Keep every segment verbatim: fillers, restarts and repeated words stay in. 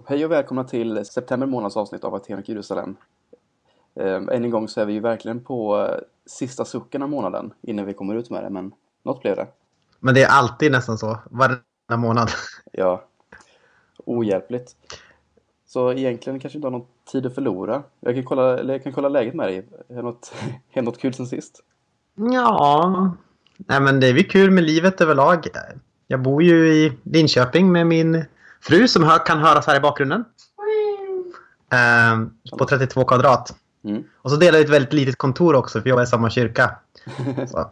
Hej och välkomna till september månads avsnitt av Aten och Jerusalem. Eh, än en gång så är vi ju verkligen på eh, sista sucken av månaden innan vi kommer ut med det, men något blev det. Men det är alltid nästan så, varenda månad. Ja, ohjälpligt. Så egentligen kanske inte har någon tid att förlora. Jag kan kolla, eller jag kan kolla läget med dig. Är något, är något kul sen sist? Ja, nej men det är väl kul med livet överlag. Jag bor ju i Linköping med min fru som hör, kan höras här i bakgrunden. Mm. Eh, på trettiotvå kvadrat. Mm. Och så delar jag ett väldigt litet kontor också för jag är i samma kyrka. Så.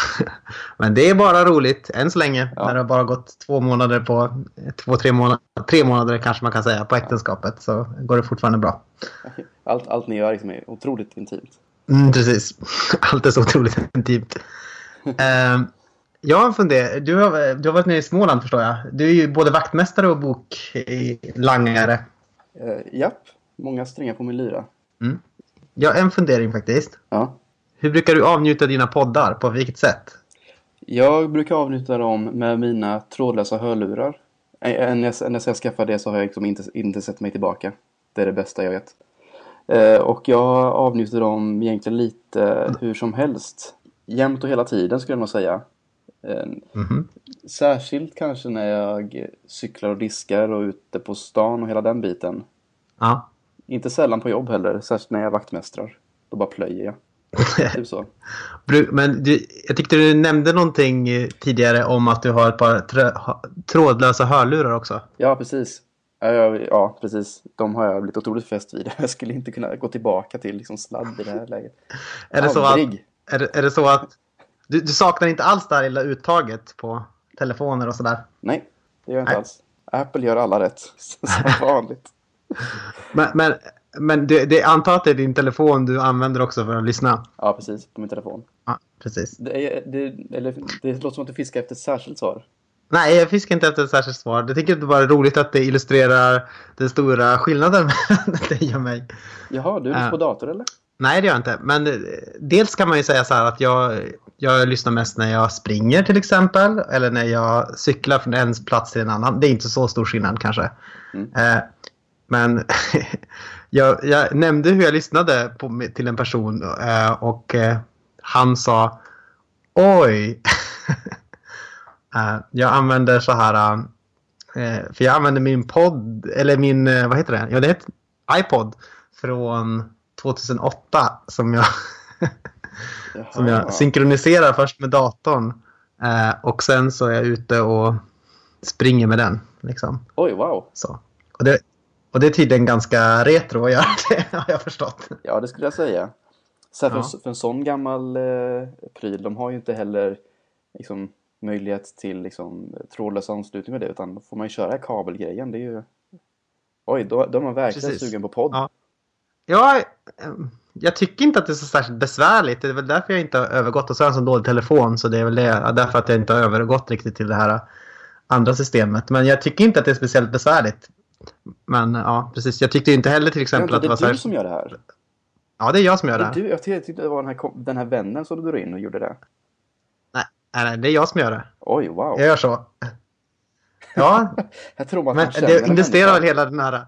Men det är bara roligt än så länge. Ja. När det har bara gått två månader på två, tre månader, tre månader kanske man kan säga på äktenskapet, så går det fortfarande bra. Allt, allt ni gör liksom är otroligt intimt. Mm, precis. Allt är så otroligt intimt. uh, jag har funderat, du har, du har varit nere i Småland förstår jag. Du är ju både vaktmästare och boklangare. Uh, japp, många strängar på min lyra. Mm. Jag har en fundering faktiskt. Ja. Hur brukar du avnjuta dina poddar? På vilket sätt? Jag brukar avnjuta dem med mina trådlösa hörlurar. När jag, när jag skaffar det så har jag liksom inte, inte sett mig tillbaka. Det är det bästa jag vet. Eh, och jag avnjuter dem egentligen lite mm. hur som helst. Jämt och hela tiden skulle jag nog säga. Eh, mm-hmm. Särskilt kanske när jag cyklar och diskar och ute på stan och hela den biten. Ja. Inte sällan på jobb heller, särskilt när jag vaktmästrar. Då bara plöjer jag. Typ så. Men du, jag tyckte du nämnde någonting tidigare om att du har ett par trö- trådlösa hörlurar också. Ja, precis. Ja, ja, precis. De har jag blivit otroligt fäst vid. Jag skulle inte kunna gå tillbaka till liksom sladd i det här läget. Är det så att, är det, är det så att du, du saknar inte alls det här lilla uttaget på telefoner och sådär? Nej, det gör jag inte Nej. alls. Apple gör alla rätt. Som vanligt. men men, men det, det antar att det är din telefon du använder också för att lyssna? Ja, precis. På min telefon. Ja, precis. Det, är, det, eller, det låter som att du fiskar efter ett särskilt svar. Nej, jag fiskar inte efter ett särskilt svar. Jag tycker det bara är roligt att det illustrerar den stora skillnaden mellan dig och mig. Jaha, du är uh, på dator eller? Nej, det gör jag inte. Men dels kan man ju säga så här att jag, jag lyssnar mest när jag springer till exempel. Eller när jag cyklar från en plats till en annan. Det är inte så stor skillnad kanske. Mm. Uh, men jag, jag nämnde hur jag lyssnade på, till en person uh, och uh, han sa oj... Uh, jag använder så här uh, för jag använder min podd eller min, uh, vad heter det? Ja, det heter iPod från tjugohundraåtta som jag som jag synkroniserar först med datorn uh, och sen så är jag ute och springer med den liksom. Oj, wow. Så. Och det, och det är tydligen ganska retro att göra det, har jag förstått. Ja, det skulle jag säga. Så för, ja. för en sån gammal uh, pryl, de har ju inte heller liksom möjlighet till liksom trådlös anslutning med det, utan då får man ju köra kabelgrejen. Det är ju... Oj, då, då är man verkligen Precis. sugen på podd. Ja. ja, jag tycker inte att det är så särskilt besvärligt. Det är väl därför jag inte har övergått. Och så har jag en sån dålig telefon, så det är väl det, därför att jag inte har övergått riktigt till det här andra systemet. Men jag tycker inte att det är speciellt besvärligt. Men ja, precis. Jag tyckte inte heller till exempel ja, att det var så här... Det är du som gör det här? Ja, det är jag som gör det här. Det du, jag tyckte det var den här, den här vännen som du drog in och gjorde det. Nej, det är jag som gör det. Oj, wow. Jag gör så. Ja. jag tror man men det illustrerar väl hela den här...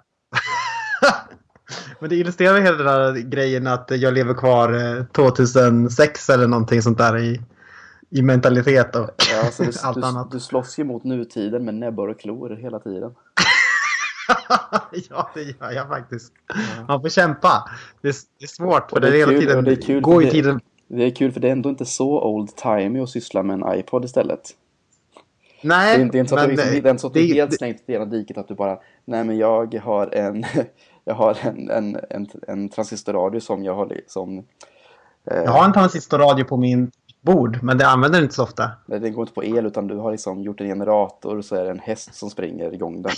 men det illustrerar väl hela den här grejen att jag lever kvar tjugohundrasex eller någonting sånt där i, i mentalitet och ja, så du, allt du, annat. Du slåss ju mot nutiden med näbbar och klor hela tiden. ja, det gör jag faktiskt. Man får kämpa. Det är, det är svårt för det, det, är hela kul, tiden det är kul går i det, tiden. Det är kul för det är ändå inte så old-timey att syssla med en iPod istället. Nej, det är inte, det är inte så att, liksom, det är inte så att det, du helt det, slängt i ena diket att du bara, nej men jag har en jag har en, en, en, en transistorradio som jag har som eh, jag har en transistorradio på min bord, men det använder inte så ofta. Nej, den går inte på el, utan du har liksom gjort en generator och så är det en häst som springer igång den.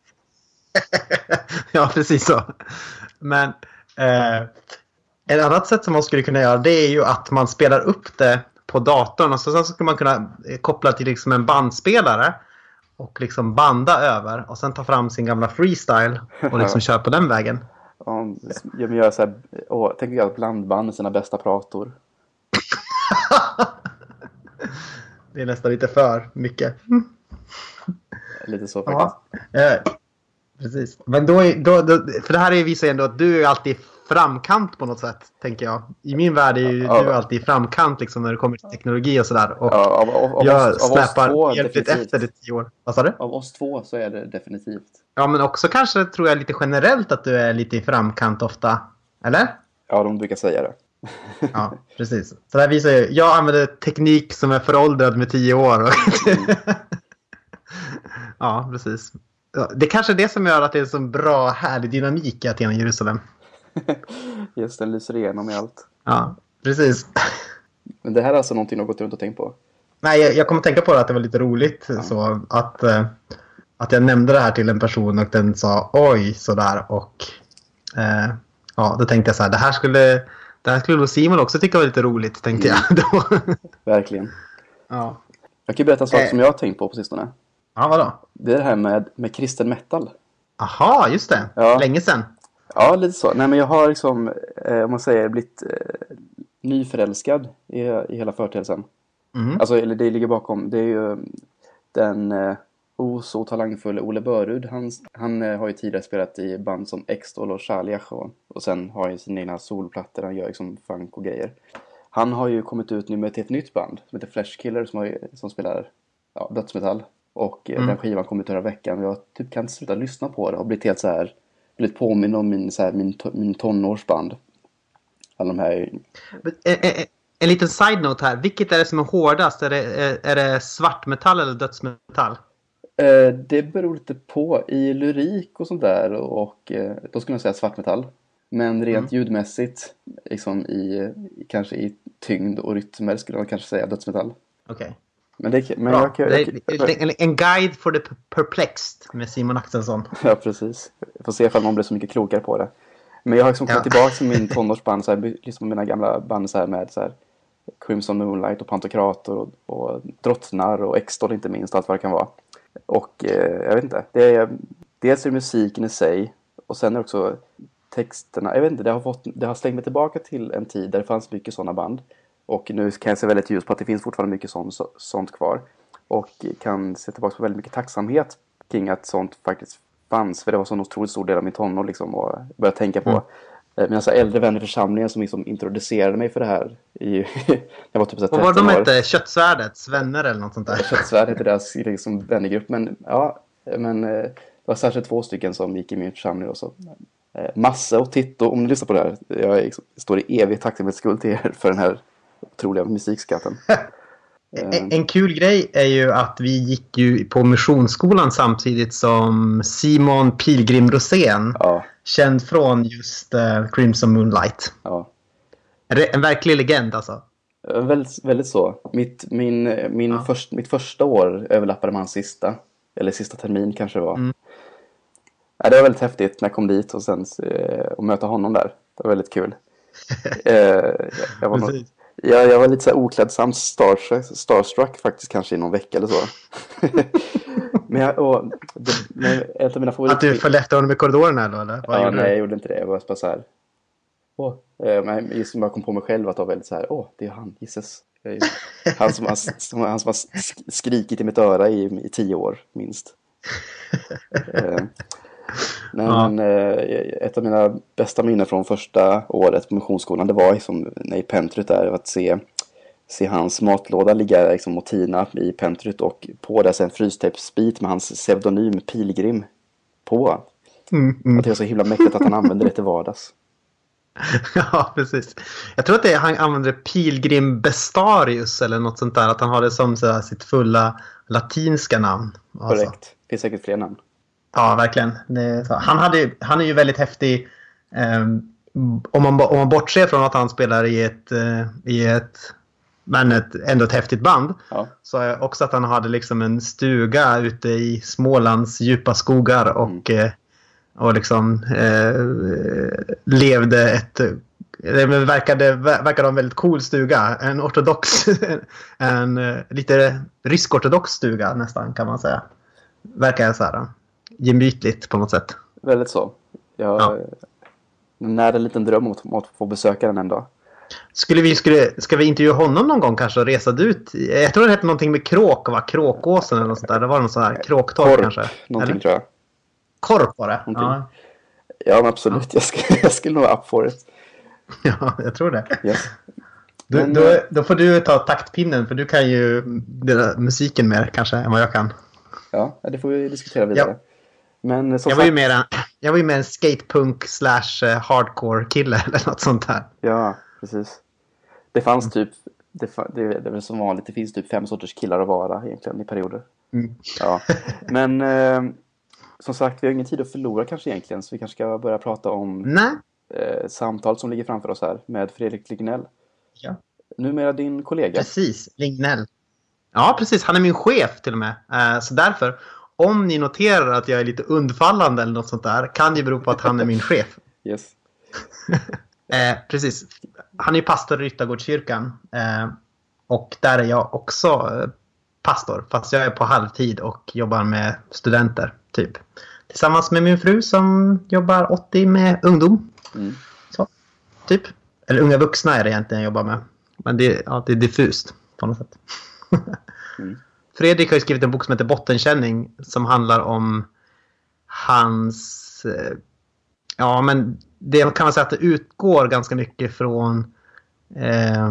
ja, precis så. Men eh, ett annat sätt som man skulle kunna göra, det är ju att man spelar upp det på datorn och så, så skulle man kunna koppla till liksom en bandspelare och liksom banda över och sen ta fram sin gamla freestyle och liksom köra på den vägen. Ja, jag gör så här, åh, tänk att göra ett blandband med sina bästa prator. Det är nästan lite för mycket. Lite så faktiskt. Ja. Precis. Men då, är, då, då, för det här är visar ju ändå att du är alltid framkant på något sätt, tänker jag. I min värld är ju ja. du alltid framkant liksom, när det kommer till teknologi och sådär. Och ja, av, av, av jag oss, av släpar två, helt efter det tio år. Vad sa du? Av oss två så är det definitivt. Ja, men också kanske tror jag lite generellt att du är lite i framkant ofta. Eller? Ja, de brukar säga det. Ja, precis. Så det här visar ju, jag använder teknik som är föråldrad med tio år. Och ja, precis. Det är kanske är det som gör att det är en så bra, härlig dynamik i Aten och Jerusalem. Just den lyser igenom i allt. Ja, precis. Men det här är alltså någonting du har gått runt och tänkt på? Nej, jag, jag kommer tänka på det att det var lite roligt. Ja. Så att, eh, att jag nämnde det här till en person och den sa oj, sådär. Och eh, ja, då tänkte jag så här, det här skulle, det här skulle Simon också tycka var lite roligt, tänkte mm. jag då. Verkligen. Ja. Jag kan berätta en sak eh. som jag har tänkt på på sistone. Ja, vadå? Det är det här med, med kristen metal. Aha, just det. Ja. Länge sedan. Ja, lite så. Nej, men jag har liksom, eh, om man säger, blivit eh, nyförälskad i, i hela företeelsen. Mm. Alltså, eller det ligger bakom. Det är ju den eh, o så talangfulla Ole Börud. Han, han eh, har ju tidigare spelat i band som Extol och Charliach. Och, och sen har han sina egna solplattor. Han gör liksom funk och grejer. Han har ju kommit ut nu med ett nytt band som heter Fleshkiller som, har, som spelar ja, dödsmetall. Och mm. den skivan kom ut förra veckan. Jag typ kan inte sluta lyssna på det. Och blivit helt så här, blivit påminn om min, så här, min, min tonårsband. Alla de här... En, en, en liten side-note här. Vilket är det som är hårdast? Är det, är, är det svartmetall eller dödsmetall? Eh, det beror lite på. I lyrik och sånt där. Och eh, då skulle jag säga svartmetall. Men rent mm. ljudmässigt, liksom i, kanske i tyngd och rytmer skulle jag kanske säga dödsmetall. Okej. Okay. Men det, men jag, jag, jag, jag, en, en guide for the perplexed med Simon Axelsson. Ja, precis. Jag får se ifall någon blir så mycket klokare på det. Men jag har liksom kommit ja. tillbaka till min tonårsband. Så här, liksom mina gamla band så här, med så här, Crimson Moonlight och Pantokrator och, och Drottnar och Extol inte minst. Allt vad det kan vara. Och eh, jag vet inte. Det är, dels är det musiken i sig. Och sen är det också texterna. Jag vet inte, det har, fått, det har slängt mig tillbaka till en tid där det fanns mycket sådana band. Och nu kan jag se väldigt ljus på att det finns fortfarande mycket sånt, så, sånt kvar. Och kan se tillbaka på väldigt mycket tacksamhet kring att sånt faktiskt fanns. För det var så en otroligt stor del av min tonår liksom, och började tänka på. Mm. Mina så äldre vänner i församlingen som liksom introducerade mig för det här. I, jag var typ så tretton år. Och vad de hette? Köttsvärdets vänner eller något sånt där? Köttsvärd hette deras liksom, vännergrupp. Men ja, men det var särskilt två stycken som gick i min församling. Och så. Massa och Titto, om ni lyssnar på det här. Jag liksom, står i evig tacksamhetsskuld till er för den här otroliga musikskatten. en, en kul grej är ju att vi gick ju på missionsskolan samtidigt som Simon Pilgrim Rosén. Ja. Känd från just uh, Crimson Moonlight. Ja. Är det en verklig legend alltså? Väldigt, väldigt så. Mitt, min, min ja. först, mitt första år överlappade med hans sista. Eller sista termin kanske det var. Mm. Ja, det var väldigt häftigt när jag kom dit och sen eh, och möta honom där. Det var väldigt kul. eh, jag, var nog, jag, jag var lite så här oklädsamt starstruck, starstruck faktiskt kanske i någon vecka eller så. men jag, och, det, men ett av mina favorit... Att du följde efter honom i korridoren eller? eller? Ja, nej, jag gjorde inte det. Jag var bara så här... Åh. Eh, men just som jag kom på mig själv att det var väldigt så här... Åh, det är han, Jesus. Han som, han, som, han som har skrikit i mitt öra i, i tio år, minst. eh, Nej, ja. men, eh, ett av mina bästa minnen från första året på missionsskolan, det var liksom, i pentryt där, att se, se hans matlåda ligga liksom, och tina i pentryt och på det en frystejpsbit med hans pseudonym Pilgrim på. Mm, mm. Och det var så himla mäktigt att han använde det till vardags. Ja, precis. Jag tror att det är, han använder Pilgrim Bestarius eller något sånt där, att han har det som så här, sitt fulla latinska namn. Korrekt, alltså. Det finns säkert fler namn. Ja, verkligen. Han, hade, han är ju väldigt häftig. Um, om, man, om man bortser från att han spelar i ett, uh, i ett, men ett, ändå ett häftigt band. Ja. Så är också att han hade liksom en stuga ute i Smålands djupa skogar. Och, mm. uh, och liksom uh, levde ett... Det verkade, verkade ha en väldigt cool stuga. En ortodox, en uh, lite rysk-ortodox stuga nästan kan man säga. Verkar så här... gemytligt på något sätt. Väldigt så. Jag ja. när en liten dröm om att, att få besöka den en dag. Skulle vi, skulle, ska vi intervjua honom någon gång kanske och resa ut? Jag tror det hette någonting med kråk, va? Kråkåsen eller något sånt där. Det var någon sån här kråktorp kanske. Någonting eller? Tror jag. Korp var det. Ja. Ja, men absolut. Jag, ska, jag skulle nog vara up for it. Ja, jag tror det. Yes. Du, men, då, då får du ta taktpinnen, för du kan ju musiken mer kanske än vad jag kan. Ja, det får vi diskutera vidare. Ja. Men som jag, var sagt, ju mer en, jag var ju mer en skatepunk slash hardcore kille eller något sånt där. Ja, precis. Det fanns typ, det, det, det är väl som vanligt, det finns typ fem sorters killar att vara egentligen i perioder. Mm. Ja, men eh, som sagt, vi har ingen tid att förlora kanske egentligen, så vi kanske ska börja prata om Nej. Eh, samtal som ligger framför oss här med Fredrik Lignell. Ja. Numera din kollega. Precis, Lignell. Ja, precis. Han är min chef till och med. Eh, så därför, om ni noterar att jag är lite undfallande eller något sånt där, kan det bero på att han är min chef. Yes. eh, precis. Han är pastor i Ryttargårdskyrkan. Eh, och där är jag också eh, pastor. Fast jag är på halvtid och jobbar med studenter, typ. Tillsammans med min fru som jobbar åttio med ungdom. Mm. Så, typ. Eller unga vuxna är det egentligen jag jobbar med. Men det, ja, det är diffust på något sätt. Mm. Fredrik har ju skrivit en bok som heter Bottenkänning, som handlar om hans... Ja, men det kan man säga att det utgår ganska mycket från eh,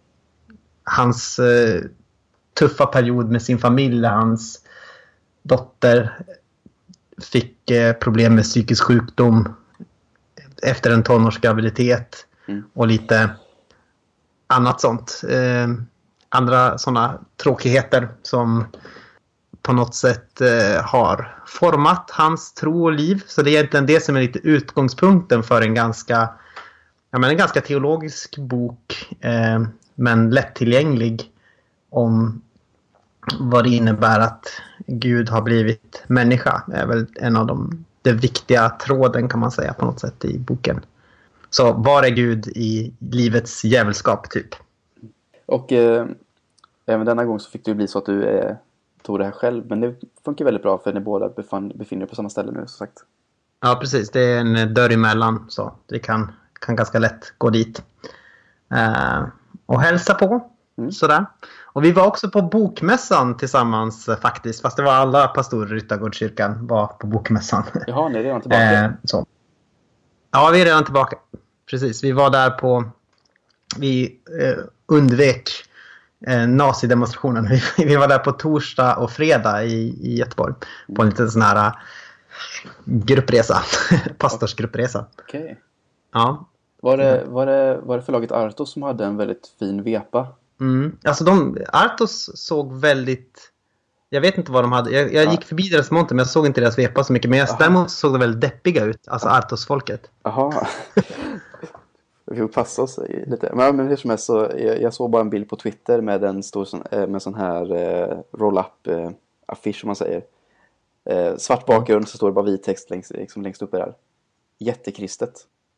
hans eh, tuffa period med sin familj. Hans dotter fick eh, problem med psykisk sjukdom efter en tonårsgraviditet. Mm. Och lite annat sånt. Eh, andra sådana tråkigheter som på något sätt eh, har format hans tro och liv. Så det är egentligen det som är lite utgångspunkten för en ganska, ja, men en ganska teologisk bok. Eh, men lättillgänglig om vad det innebär att Gud har blivit människa. Det är väl en av de det viktiga tråden kan man säga på något sätt i boken. Så var är Gud i livets djävulskap typ? Och eh, även denna gång så fick det ju bli så att du eh, tog det här själv. Men det funkar väldigt bra för ni båda befann, befinner er på samma ställe nu, som sagt. Ja, precis. Det är en dörr emellan, så vi kan, kan ganska lätt gå dit. Eh, och hälsa på. Mm. Sådär. Och vi var också på bokmässan tillsammans faktiskt. Fast det var alla pastorer i Ryttargårdskyrkan var på bokmässan. Jaha, ni är redan tillbaka. Eh, så. Ja, vi är redan tillbaka. Precis, vi var där på... Vi eh, undvek eh, nazidemonstrationen. Vi, vi var där på torsdag och fredag i, i Göteborg. På en liten sån här uh, gruppresa. Pastorsgruppresa. Okej. Okay. Ja. Var det, var, det, var det förlaget Artos som hade en väldigt fin vepa? Mm. Alltså de, Artos såg väldigt... Jag vet inte vad de hade. Jag, jag ja. gick förbi deras monter, men jag såg inte deras vepa så mycket. Men jag, däremot såg de väldigt deppiga ut. Alltså Artos-folket. Jaha. Vi får passa oss lite. Men, men hur som helst så, jag, jag såg bara en bild på Twitter med en stor med sån här eh, roll-up eh, affisch som man säger. Eh, svart bakgrund, så står det bara vit text längst, liksom längst uppe där. Jättekristet.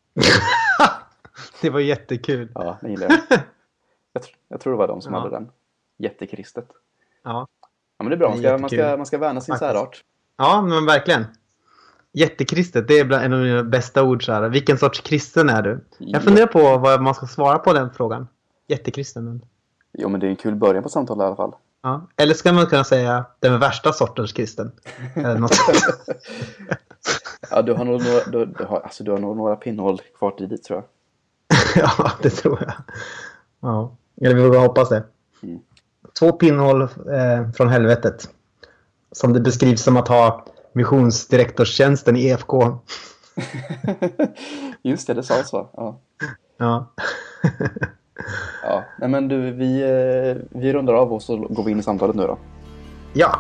Det var jättekul. Ja, det gillar jag. Jag, tr- jag tror det var de som ja. hade den. Jättekristet. Ja. Ja, men det är bra. Man ska, man ska, man ska värna sin särart. Ja, men verkligen. Jättekristet, det är bland en av mina bästa ord. Så här. Vilken sorts kristen är du? Jag funderar på vad man ska svara på den frågan. Jättekristen. Jo, men det är en kul början på samtalet i alla fall. Ja. Eller ska man kunna säga den värsta sortens kristen? Eller något. Ja, du har nog några, du, du har, alltså, du har nog några pinnhål kvar till dit, tror jag. Ja, det tror jag. Ja, eller vi vågar hoppas det. Mm. Två pinnhål eh, från helvetet. Som det beskrivs som att ha missionsdirektorstjänsten i E F K. Just det, det sa så. Ja. Ja. Ja, nej men du, vi, vi rundar av och så går vi in i samtalet nu då. Ja.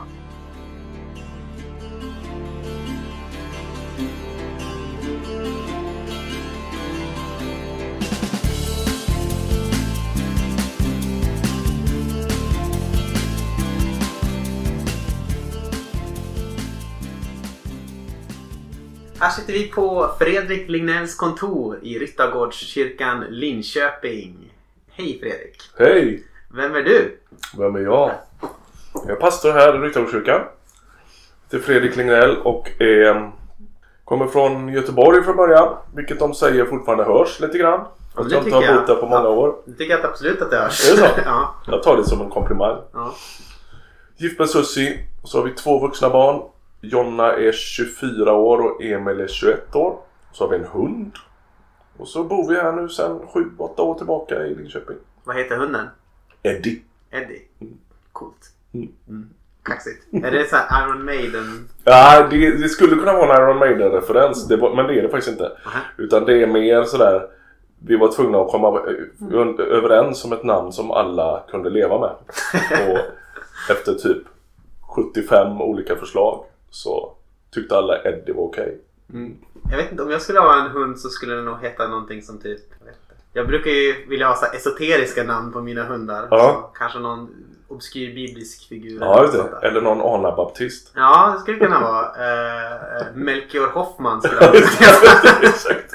Här sitter vi på Fredrik Lignells kontor i Ryttargårdskyrkan Linköping. Hej Fredrik. Hej. Vem är du? Vem är jag? Jag är pastor här i Ryttargårdskyrkan. Det är Fredrik Lignell och är, kommer från Göteborg från början. Vilket de säger fortfarande hörs lite grann. Ja, jag inte har bott där på många ja, år. Det tycker jag absolut att det hörs. Är det så? Ja. Jag tar det som en komplimang. Ja. Gift med Sussi. Och så har vi två vuxna barn. Jonna är tjugofyra år och Emil är tjugoett år. Så har vi en hund. Och så bor vi här nu sedan sju åtta år tillbaka i Linköping. Vad heter hunden? Eddie. Eddie. Mm. Coolt. Mm. Mm. Kaxigt. Är det så här Iron Maiden? Ja, det, det skulle kunna vara en Iron Maiden-referens. Det var, men det är det faktiskt inte. Uh-huh. Utan det är mer sådär... Vi var tvungna att komma mm. överens om ett namn som alla kunde leva med. Och efter typ sjuttiofem olika förslag så tyckte alla Eddie var okej. Okay. Mm. Jag vet inte, om jag skulle ha en hund så skulle det nog heta någonting som typ... Jag, vet inte. Jag brukar ju vilja ha så här esoteriska namn på mina hundar. Ja. Kanske någon obskyr biblisk figur. Ja, eller, eller, eller någon anabaptist. Ja, det skulle kunna vara. Uh, Melchior Hoffman skulle jag Exakt.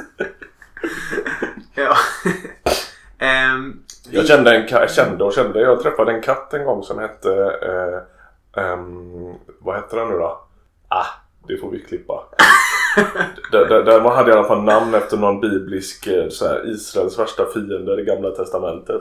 Ja. um, jag kände en jag kände och kände jag träffade en katt en gång som hette uh, um, vad heter den nu då? Ah, det får vi klippa. där, där, där hade i alla fall namn efter någon biblisk så här, Israels värsta fiende i Gamla testamentet.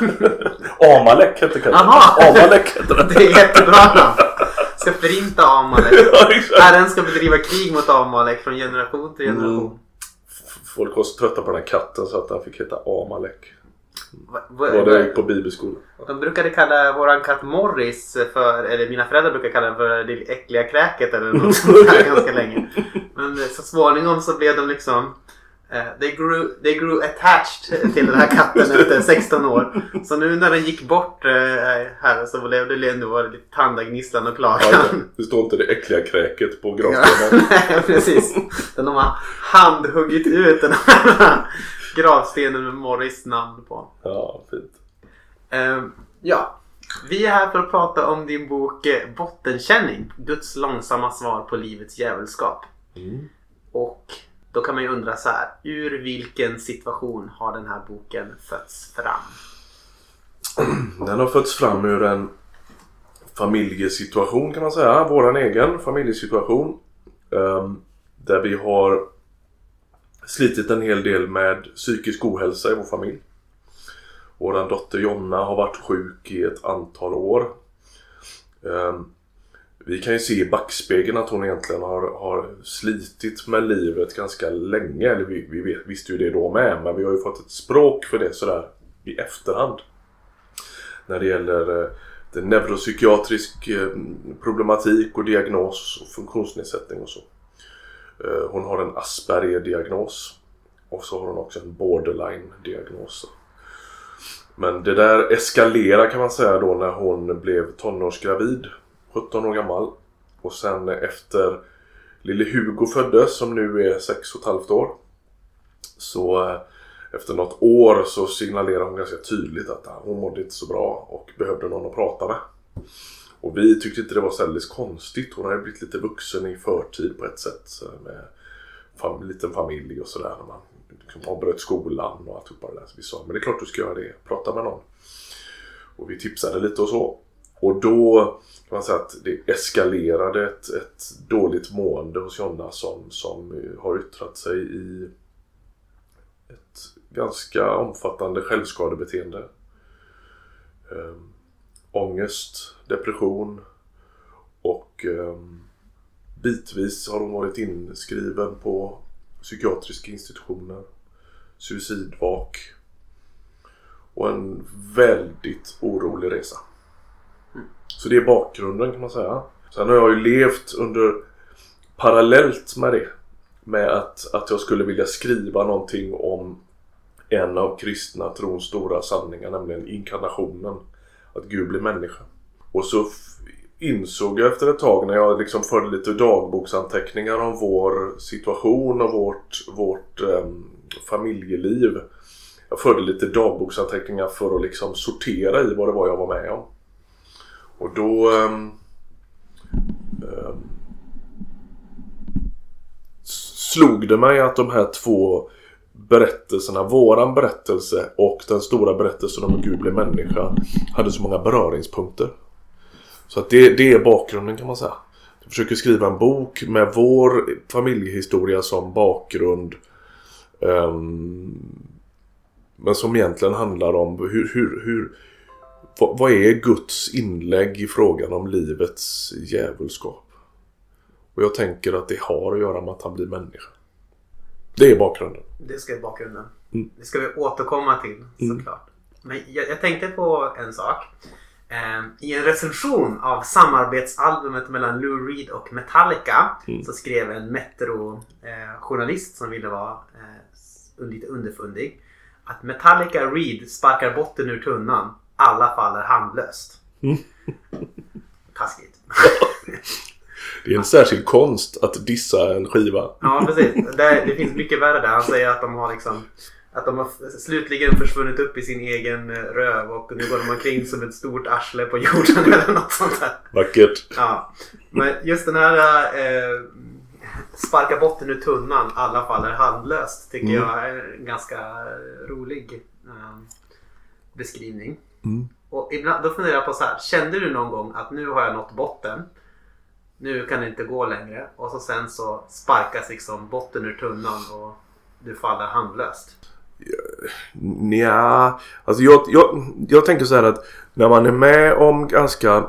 Amalek hette katten. Amalek hette den. Det är jättebra namn. Ska förinta Amalek. Ja, Herren ska bedriva krig mot Amalek från generation till generation. Mm. Folk var så trötta på den här katten så att han fick heta Amalek. Va, va, var det gick på bibelskolan. De brukade kalla våran katt Morris för, eller mina föräldrar brukar kalla den för det äckliga kräket eller något sånt där ganska länge. Men så småningom så blev de liksom uh, they, grew, they grew attached till den här katten efter sexton år. Så nu när den gick bort uh, här så blev det ändå lite tandagnisslan och klagan. Ja, det står inte det äckliga kräket på gravstenen. Nej, precis. Den de har handhuggit ut den här gravstenen med Morris namn på. Ja, fint. Uh, ja, vi är här för att prata om din bok Bottenkänning, Guds långsamma svar på livets djävulskap. Mm. Och då kan man ju undra så här, ur vilken situation har den här boken fötts fram? Den har fötts fram ur en familjesituation kan man säga, våran egen familjesituation. Um, där vi har slitit en hel del med psykisk ohälsa i vår familj. Våran dotter Jonna har varit sjuk i ett antal år. Um, vi kan ju se i backspegeln att hon egentligen har, har slitit med livet ganska länge. Eller vi, vi vet, visste ju det då med, men vi har ju fått ett språk för det sådär i efterhand. När det gäller eh, det neuropsykiatrisk eh, problematik och diagnos och funktionsnedsättning och så. Eh, hon har en Asperger-diagnos och så har hon också en borderline-diagnos. Men det där eskalerar kan man säga då när hon blev tonårsgravid, sjutton år gammal. Och sen efter lille Hugo föddes som nu är sex och ett halvt år. Så efter något år så signalerar hon ganska tydligt att hon mådde inte så bra och behövde någon att prata med. Och vi tyckte inte det var särskilt konstigt. Hon hade blivit lite vuxen i förtid på ett sätt med fam- liten familj och sådär. När man liksom avbröt skolan och allt det där. Så vi sa, men det är klart du ska göra det. Prata med någon. Och vi tipsade lite och så. Och då kan man säga att det eskalerade ett, ett dåligt mående hos Jonna som, som har yttrat sig i ett ganska omfattande självskadebeteende. Um, ångest, depression och um, bitvis har hon varit inskriven på psykiatriska institutioner, suicidvak och en väldigt orolig resa. Så det är bakgrunden kan man säga. Sen har jag ju levt under parallellt med det. Med att, att jag skulle vilja skriva någonting om en av kristna trons stora sanningar, nämligen inkarnationen. Att Gud blir människa. Och så f- insåg jag efter ett tag när jag liksom förde lite dagboksanteckningar om vår situation och vårt, vårt um, familjeliv. Jag förde lite dagboksanteckningar för att liksom sortera i vad det var jag var med om. Och då um, um, slog det mig att de här två berättelserna, våran berättelse och den stora berättelsen om hur Gud blev människa, hade så många beröringspunkter. Så att det, det är bakgrunden kan man säga. Jag försöker skriva en bok med vår familjehistoria som bakgrund. Um, men som egentligen handlar om hur, hur, hur vad, vad är Guds inlägg i frågan om livets djävulskap? Och jag tänker att det har att göra med att han blir människa. Det är bakgrunden. Det ska vara bakgrunden. Mm. Det ska vi återkomma till såklart. Mm. Men jag, jag tänkte på en sak. Eh, I en recension av samarbetsalbumet mellan Lou Reed och Metallica mm. så skrev en Metro-journalist eh, som ville vara eh, lite underfundig att Metallica Reed sparkar botten ur tunnan. Alla faller handlöst. Mm. Taskigt. Det är en särskild konst att dissa en skiva. Ja, precis. Det, det finns mycket värre där. Han säger att de har liksom att de har slutligen försvunnit upp i sin egen röv och nu går de omkring som ett stort arsle på jorden eller något sånt där. Vackert. Ja. Men just den här eh, sparka botten ur tunnan, alla faller handlöst, tycker mm. jag är en ganska rolig eh, beskrivning. Mm. Och ibland, då funderar jag på så här, kände du någon gång att nu har jag nått botten? Nu kan det inte gå längre. Och så sen så sparkas liksom botten ur tunnan och du faller handlöst. Nja, alltså jag, jag, jag tänker så här att när man är med om ganska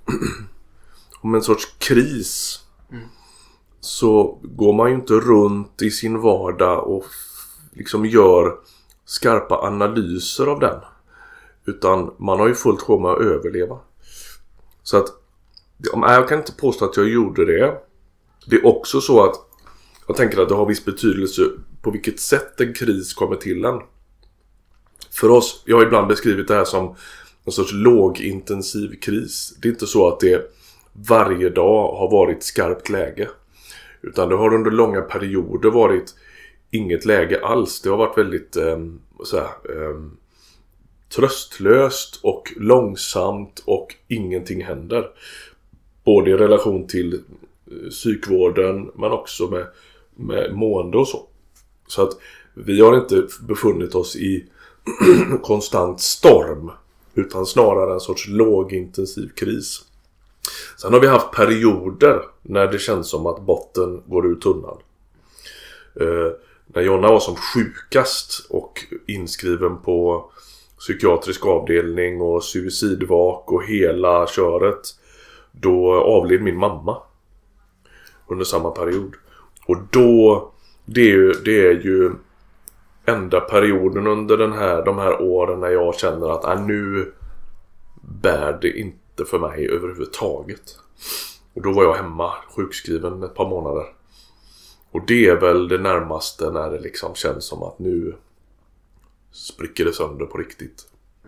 om en sorts kris mm. så går man ju inte runt i sin vardag och liksom gör skarpa analyser av den. Utan man har ju fullt sjå med att överleva. Så att jag kan inte påstå att jag gjorde det. Det är också så att jag tänker att det har viss betydelse på vilket sätt en kris kommer till en. För oss, jag har ibland beskrivit det här som en sorts lågintensiv kris. Det är inte så att det varje dag har varit skarpt läge. Utan det har under långa perioder varit inget läge alls. Det har varit väldigt eh, så här, eh, tröstlöst och långsamt och ingenting händer. Både i relation till psykvården men också med, med mående och så. Så att vi har inte befunnit oss i konstant storm utan snarare en sorts lågintensiv kris. Sen har vi haft perioder när det känns som att botten går ur tunnan. Eh, när Jonna var som sjukast och inskriven på psykiatrisk avdelning och suicidvak och hela köret, då avled min mamma under samma period. Och då det är ju, det är ju enda perioden under den här, de här åren när jag känner att äh, nu bär det inte för mig överhuvudtaget. Och då var jag hemma sjukskriven ett par månader. Och det är väl det närmaste när det liksom känns som att nu spricker det sönder på riktigt.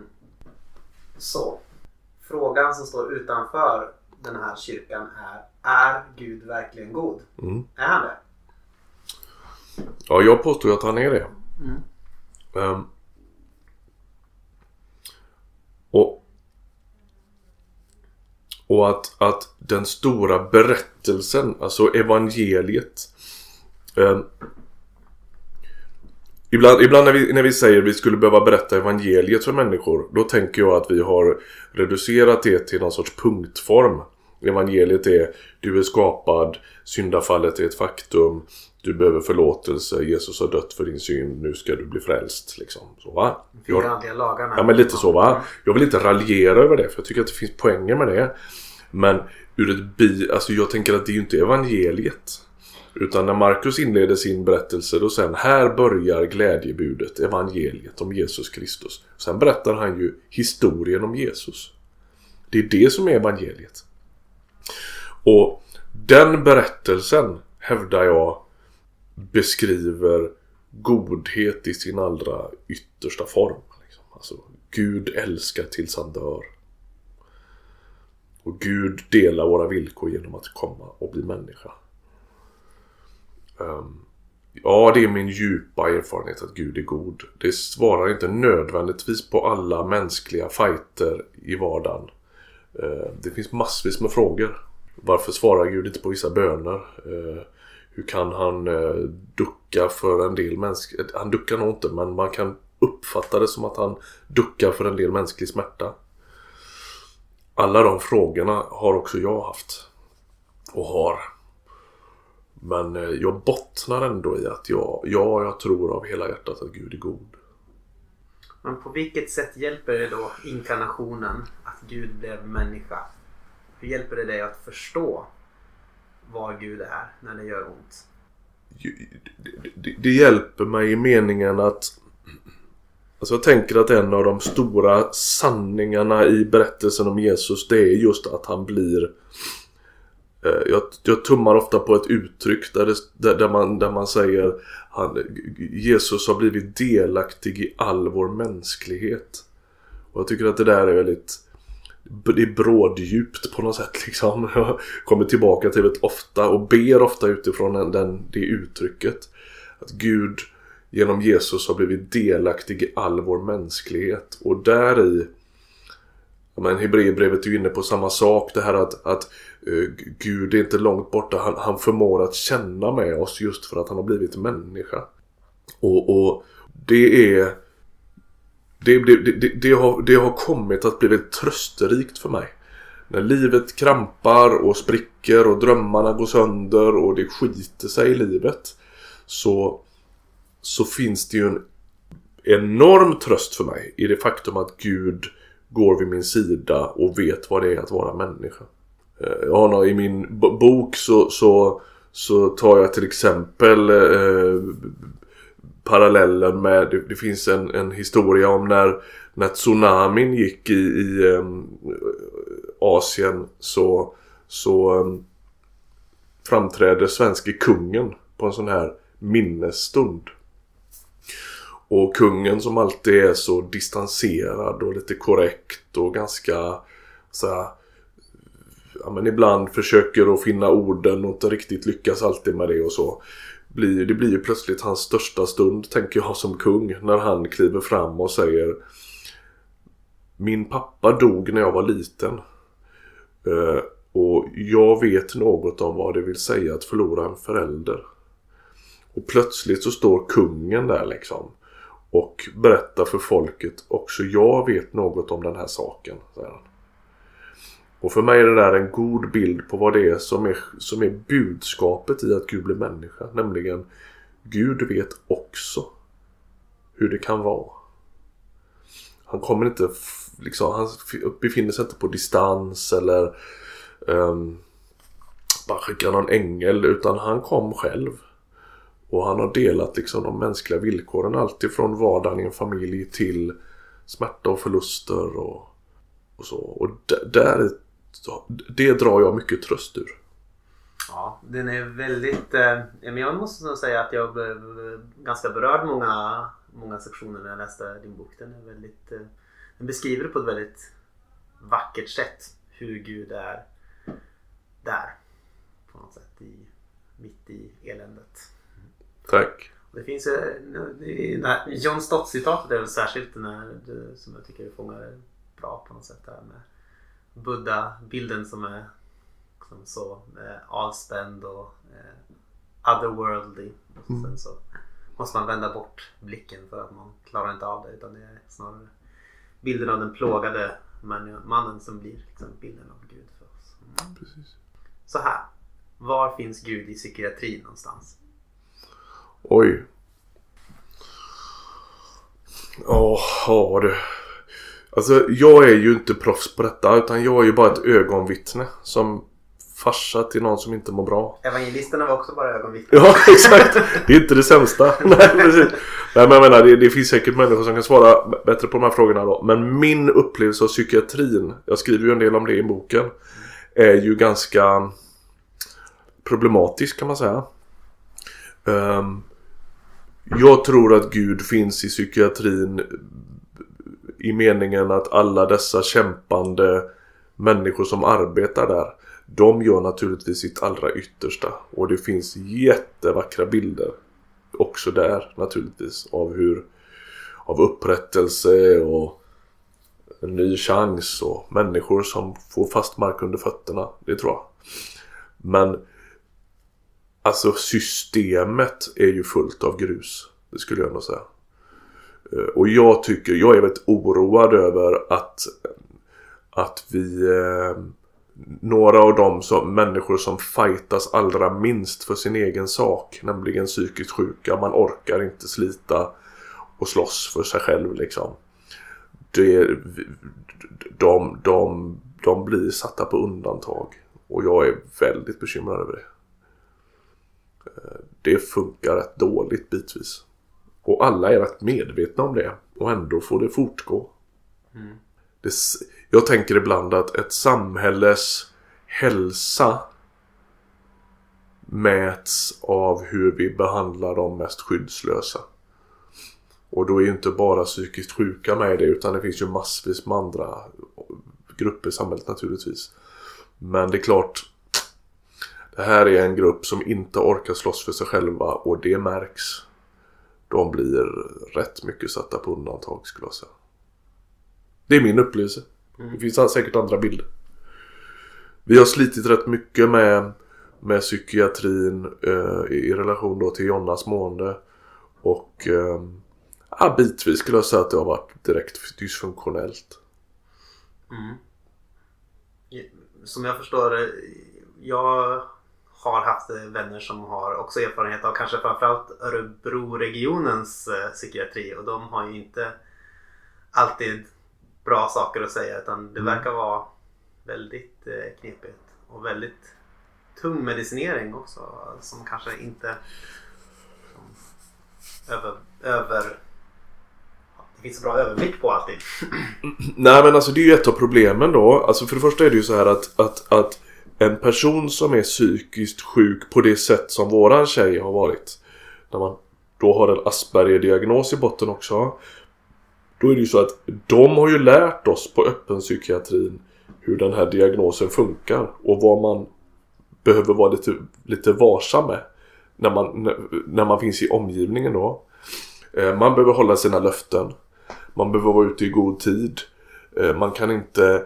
Så, frågan som står utanför den här kyrkan är: är Gud verkligen god? Mm. Är han det? Ja, jag påstår att han är det. Mm. Um, och och att, att den stora berättelsen, alltså evangeliet, um, Ibland, ibland när, vi, när vi säger att vi skulle behöva berätta evangeliet för människor, då tänker jag att vi har reducerat det till någon sorts punktform. Evangeliet är: du är skapad, syndafallet är ett faktum, du behöver förlåtelse, Jesus har dött för din synd, nu ska du bli frälst. Liksom. Så, va? Jag, ja, men lite så, va? Jag vill inte raljera över det, för jag tycker att det finns poänger med det. Men ur ett bi, alltså jag tänker att det är ju inte evangeliet. Utan när Markus inleder sin berättelse, då sen här börjar glädjebudet, evangeliet om Jesus Kristus. Sen berättar han ju historien om Jesus. Det är det som är evangeliet. Och den berättelsen, hävdar jag, beskriver godhet i sin allra yttersta form. Alltså, Gud älskar tills han dör. Och Gud delar våra villkor genom att komma och bli människa. Um, ja, det är min djupa erfarenhet att Gud är god. Det svarar inte nödvändigtvis på alla mänskliga fighter i vardagen. Uh, det finns massvis med frågor. Varför svarar Gud inte på vissa böner? Uh, hur kan han uh, ducka för en del mänsklig... Han duckar nog inte, men man kan uppfatta det som att han duckar för en del mänsklig smärta. Alla de frågorna har också jag haft. Och har. Men jag bottnar ändå i att jag, ja, jag tror av hela hjärtat att Gud är god. Men på vilket sätt hjälper det då inkarnationen att Gud blev människa? Hur hjälper det dig att förstå vad Gud är när det gör ont? Det, det, det hjälper mig i meningen att alltså jag tänker att en av de stora sanningarna i berättelsen om Jesus, det är just att han blir eh, jag, jag tummar ofta på ett uttryck där, det, där, där, man, där man säger han, Jesus har blivit delaktig i all vår mänsklighet. Och jag tycker att det där är väldigt, det är bråddjupt på något sätt liksom. Jag kommer tillbaka till det ofta och ber ofta utifrån den, den, det uttrycket. Att Gud genom Jesus har blivit delaktig i all vår mänsklighet. Och där i, men Hebreerbrevet är ju inne på samma sak. Det här att, att uh, Gud är inte långt borta. Han, han förmår att känna med oss just för att han har blivit människa. Och, och det är det, det, det, det, har, det har kommit att bli väldigt trösterikt för mig. När livet krampar och spricker och drömmarna går sönder och det skiter sig i livet, så så finns det ju en enorm tröst för mig i det faktum att Gud går vid min sida och vet vad det är att vara människa. Jag har i min b- bok så, så, så tar jag till exempel eh, parallellen med, det, det finns en, en historia om när, när tsunamin gick i, i eh, Asien, så, så eh, framträder svenske kungen på en sån här minnesstund. Och kungen som alltid är så distanserad och lite korrekt och ganska så här, ja, men ibland försöker att finna orden och inte riktigt lyckas alltid med det och så. Blir, det blir ju plötsligt hans största stund, tänker jag, som kung, när han kliver fram och säger: min pappa dog när jag var liten. Uh, och jag vet något om vad det vill säga att förlora en förälder. Och plötsligt så står kungen där liksom och berättar för folket också: jag vet något om den här saken, säger han. Och för mig är det där en god bild på vad det är som är, som är budskapet i att Gud blir människa. Nämligen, Gud vet också hur det kan vara. Han kommer inte liksom, han befinner sig inte på distans eller um, bara skickar någon ängel, utan han kom själv. Och han har delat liksom de mänskliga villkoren, alltid från vardagen i en familj till smärta och förluster och, och så. Och d- där, det drar jag mycket tröst ur. Ja, den är väldigt... Eh, men jag måste nog säga att jag blev ganska berörd många, många sektioner när jag läste din bok. Den är väldigt... Eh, den beskriver det på ett väldigt vackert sätt hur Gud är där på något sätt i, mitt i eländet. Tack. Det finns ju John Stott-citatet är väl särskilt när det, som jag tycker fångar bra på något sätt där med Buddha-bilden som är som så eh, allspänd och eh, otherworldly. Och sen mm. så måste man vända bort blicken för att man klarar inte av det, utan det är snarare bilden av den plågade mannen som blir liksom bilden av Gud för oss. Mm. Precis. Så här, var finns Gud i psykiatrin någonstans? Oj. Åh, har du. Alltså, jag är ju inte proffs på detta, utan jag är ju bara ett ögonvittne som farsa till någon som inte mår bra. Evangelisterna var också bara ögonvittne. Ja, exakt. Det är inte det sämsta. Nej, precis. Nej, men jag menar, det, det finns säkert människor som kan svara bättre på de här frågorna då. Men min upplevelse av psykiatrin, jag skriver ju en del om det i boken, är ju ganska problematisk, kan man säga. Um, jag tror att Gud finns i psykiatrin i meningen att alla dessa kämpande människor som arbetar där, de gör naturligtvis sitt allra yttersta. Och det finns jättevackra bilder också där naturligtvis av hur av upprättelse och en ny chans och människor som får fast mark under fötterna, det tror jag. Men alltså systemet är ju fullt av grus, det skulle jag nog säga. Och jag tycker, jag är väldigt oroad över att att vi eh, några av de som, människor som fightas allra minst för sin egen sak, nämligen psykiskt sjuka, man orkar inte slita och slåss för sig själv liksom. Det, de, de, de blir satta på undantag och jag är väldigt bekymrad över det. Det funkar rätt dåligt bitvis. Och alla är rätt medvetna om det. Och ändå får det fortgå. Mm. Det, jag tänker ibland att ett samhälles hälsa mäts av hur vi behandlar de mest skyddslösa. Och då är ju inte bara psykiskt sjuka med det, utan det finns ju massvis med andra grupper i samhället naturligtvis. Men det är klart, det här är en grupp som inte orkar slåss för sig själva, och det märks. De blir rätt mycket satta på undantag, skulle jag säga. Det är min upplevelse. Det finns säkert andra bilder. Vi har slitit rätt mycket med, med psykiatrin eh, i relation då till Jonnas mående. Och eh, ja, bitvis skulle jag säga att det har varit direkt dysfunktionellt. Mm. Som jag förstår det, jag har haft vänner som har också erfarenhet av kanske framförallt Örebro-regionens eh, psykiatri, och de har ju inte alltid bra saker att säga, utan det verkar vara väldigt eh, knepigt och väldigt tung medicinering också, som kanske inte som, över, över det finns bra överblick på allting. Nej, men alltså det är ju ett av problemen då. Alltså för det första är det ju så här att, att, att en person som är psykiskt sjuk på det sätt som våran tjej har varit, när man då har en Asperger-diagnos i botten också, då är det ju så att de har ju lärt oss på öppenpsykiatrin hur den här diagnosen funkar och vad man behöver vara lite, lite varsam med när man, när man finns i omgivningen då. Man behöver hålla sina löften. Man behöver vara ute i god tid. Man kan inte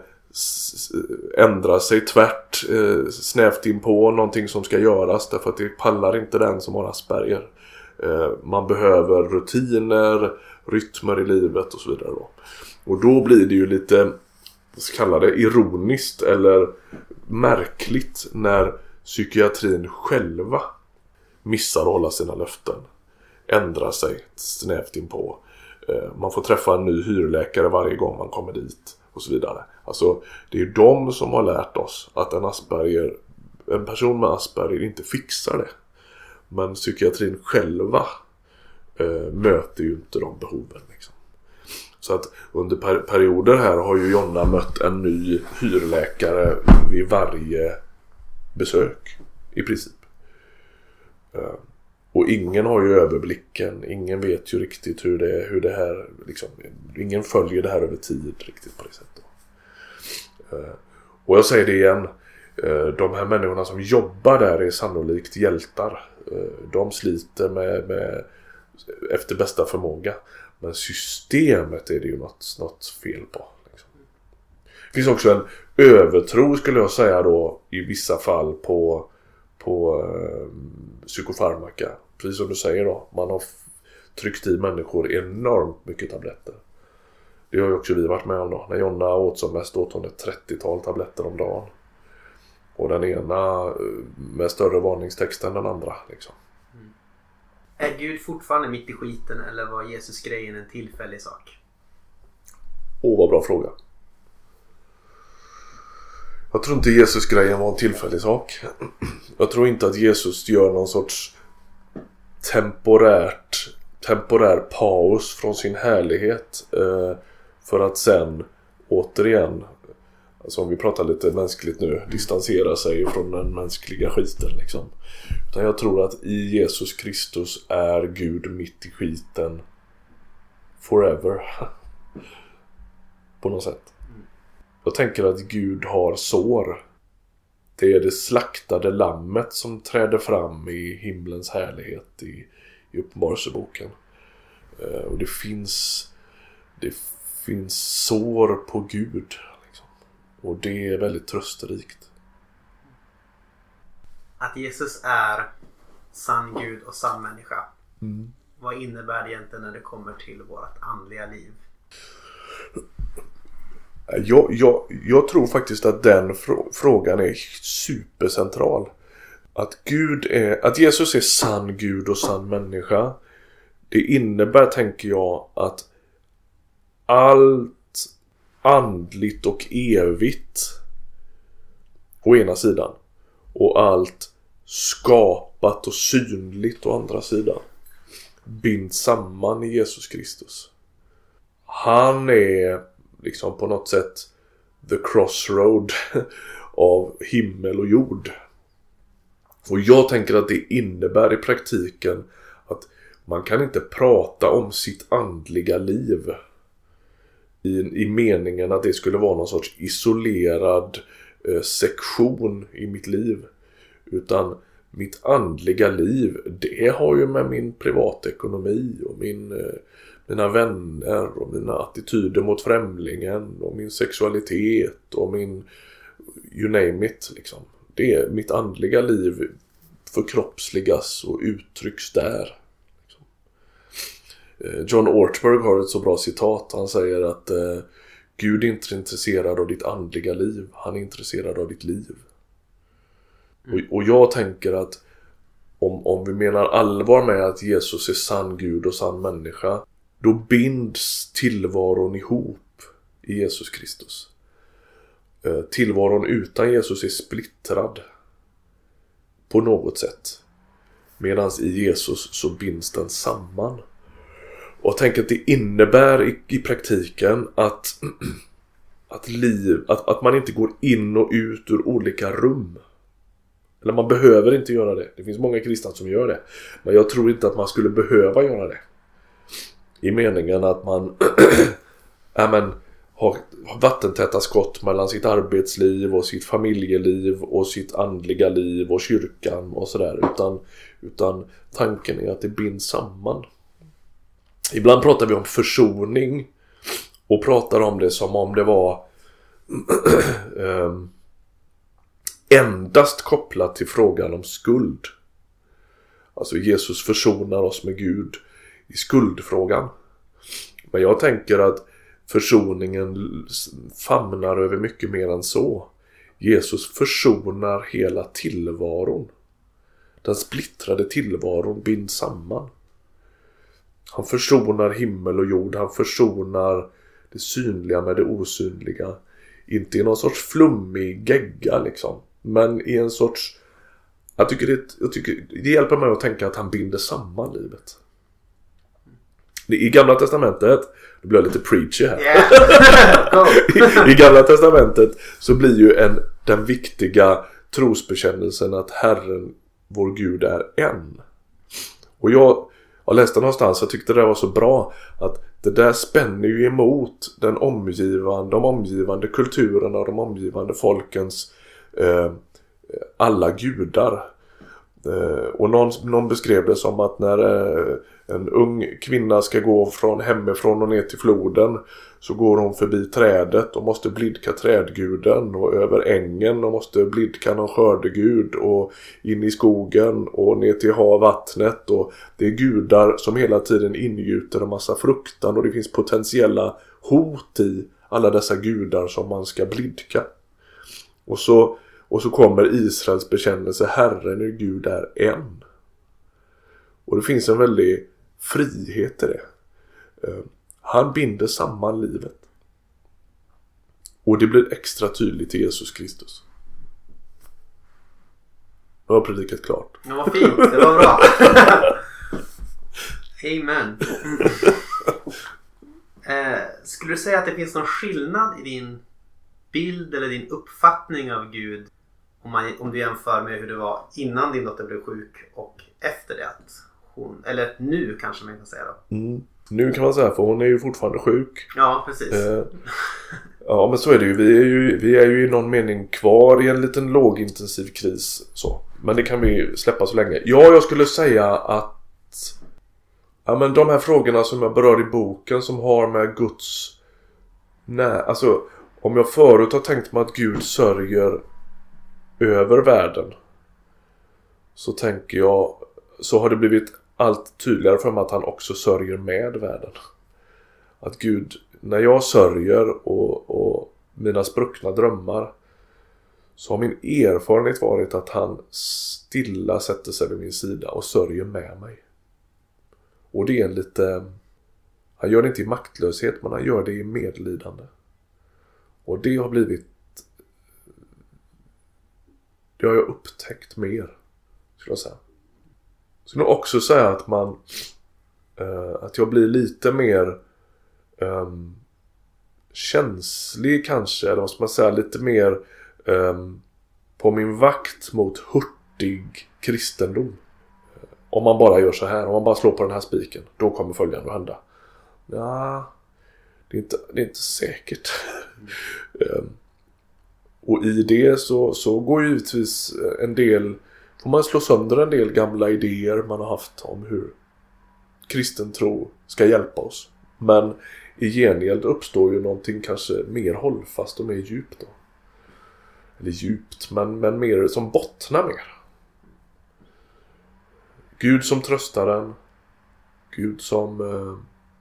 ändra sig tvärt snävt in på någonting som ska göras, därför att det pallar inte den som har Asperger. Man behöver rutiner, rytmer i livet och så vidare då. Och då blir det ju lite, så kallar det ironiskt eller märkligt när psykiatrin själva missar att hålla sina löften, ändrar sig snävt in på. Man får träffa en ny hyrläkare varje gång man kommer dit och så vidare. Alltså det är ju de som har lärt oss att en Asperger, en person med Asperger inte fixar det. Men psykiatrin själva eh, möter ju inte de behoven liksom. Så att under per- perioder här har ju Jonna mött en ny hyrläkare vid varje besök i princip. Eh, och ingen har ju överblicken, ingen vet ju riktigt hur det, hur det här liksom, ingen följer det här över tid riktigt på det sättet. Eh, och jag säger det igen, eh, de här människorna som jobbar där är sannolikt hjältar. De sliter med, med efter bästa förmåga. Men systemet är det ju något, något fel på liksom. Det finns också en övertro, skulle jag säga då, i vissa fall på, på eh, psykofarmaka. Precis som du säger då, man har tryckt i människor enormt mycket tabletter. Det har ju också vi varit med om då. När Jonna åt som mest åt hon ett trettiotal tabletter om dagen. Och den ena med större varningstext än den andra liksom. Mm. Är Gud fortfarande mitt i skiten, eller var Jesus grejen en tillfällig sak? Åh, vad bra fråga. Jag tror inte Jesus grejen var en tillfällig sak. Jag tror inte att Jesus gör någon sorts temporärt temporär paus från sin härlighet eh, för att sen återigen, alltså om vi pratar lite mänskligt nu, distansera sig från den mänskliga skiten liksom. Utan jag tror att i Jesus Kristus är Gud mitt i skiten forever. På något sätt. Jag tänker att Gud har sår. Det är det slaktade lammet som träder fram i himlens härlighet i, i Uppenbarelseboken. Uh, och det finns det finns sår på Gud. Och det är väldigt trösterikt. Att Jesus är sann Gud och sann människa. Mm. Vad innebär det egentligen när det kommer till vårt andliga liv? Jag, jag, jag tror faktiskt att den frå- frågan är supercentral. Att, Gud är, att Jesus är sann Gud och sann människa. Det innebär, tänker jag, att allt andligt och evigt å ena sidan och allt skapat fördjupat och synligt å andra sidan binds samman i Jesus Kristus. Han är liksom på något sätt the crossroad av himmel och jord. Och jag tänker att det innebär i praktiken att man kan inte prata om sitt andliga liv i, i meningen att det skulle vara någon sorts isolerad eh, sektion i mitt liv. Utan mitt andliga liv, det har ju med min privatekonomi och min, eh, mina vänner och mina attityder mot främlingen och min sexualitet och min you name it liksom. Det är mitt andliga liv förkroppsligas och uttrycks där. John Ortberg har ett så bra citat. Han säger att eh, Gud är inte intresserad av ditt andliga liv. Han är intresserad av ditt liv. Mm. Och, och jag tänker att om, om vi menar allvar med att Jesus är sann Gud och sann människa, då binds tillvaron ihop i Jesus Kristus. Eh, tillvaron utan Jesus är splittrad på något sätt. Medan i Jesus så binds den samman. Och jag tänker att det innebär i, i praktiken att, att, liv, att, att man inte går in och ut ur olika rum. Eller man behöver inte göra det. Det finns många kristna som gör det. Men jag tror inte att man skulle behöva göra det. I meningen att man ja, men, har vattentäta skott mellan sitt arbetsliv och sitt familjeliv och sitt andliga liv och kyrkan och sådär. Utan, utan tanken är att det binds samman. Ibland pratar vi om försoning och pratar om det som om det var um, endast kopplat till frågan om skuld. Alltså Jesus försonar oss med Gud i skuldfrågan. Men jag tänker att försoningen famnar över mycket mer än så. Jesus försonar hela tillvaron. Den splittrade tillvaron binds samman. Han försonar himmel och jord. Han försonar det synliga med det osynliga. Inte i någon sorts flummig gegga liksom. Men i en sorts... Jag tycker det, jag tycker det hjälper mig att tänka att han binder samman livet. I Gamla testamentet... Det blir lite preachy här. Yeah. I, I Gamla testamentet så blir ju en, den viktiga trosbekännelsen att Herren, vår Gud, är en. Och jag... Jag läste någonstans och tyckte det var så bra att det där spänner ju emot den omgivande, de omgivande kulturerna och de omgivande folkens eh, alla gudar. Eh, och någon, någon beskrev det som att när eh, en ung kvinna ska gå från hemifrån och ner till floden så går hon förbi trädet och måste blidka trädguden och över ängen och måste blidka någon skördegud och in i skogen och ner till havvattnet och det är gudar som hela tiden ingjuter en massa fruktan och det finns potentiella hot i alla dessa gudar som man ska blidka. Och så, och så kommer Israels bekännelse, Herren är Gud är en. Och det finns en väldig frihet i det. Han binder samman livet. Och det blir extra tydligt i Jesus Kristus. Nu har predikat klart. Det var fint, det var bra. Amen. eh, skulle du säga att det finns någon skillnad i din bild eller din uppfattning av Gud om, man, om du jämför med hur det var innan din dotter blev sjuk och efter det att hon, eller nu kanske man kan säga då. Mm. Nu kan man säga, för hon är ju fortfarande sjuk. Ja, precis. Eh, ja, men så är det ju. Vi är ju, vi är ju i någon mening kvar i en liten lågintensiv kris. Så. Men det kan vi släppa så länge. Ja, jag skulle säga att ja, men de här frågorna som jag berör i boken som har med Guds... Nej, alltså om jag förut har tänkt mig att Gud sörjer över världen så tänker jag, så har det blivit allt tydligare för mig att han också sörjer med världen. Att Gud, när jag sörjer och, och mina spruckna drömmar, så har min erfarenhet varit att han stilla sätter sig vid min sida och sörjer med mig. Och det är en lite, han gör det inte i maktlöshet, men han gör det i medlidande. Och det har blivit, det har jag upptäckt mer, skulle jag säga. Jag skulle också säga att man uh, att jag blir lite mer um, känslig kanske, eller vad ska man säga, lite mer um, på min vakt mot hurtig kristendom. Om man bara gör så här, om man bara slår på den här spiken, då kommer följande att hända. Ja, det är inte, det är inte säkert. um, och i det så, så går ju givetvis en del, får man slå sönder en del gamla idéer man har haft om hur kristen tro ska hjälpa oss. Men i gengäld uppstår ju någonting kanske mer hållfast och mer djupt då. Eller djupt, men, men mer som bottnar mer. Gud som tröstar en. Gud som... Eh,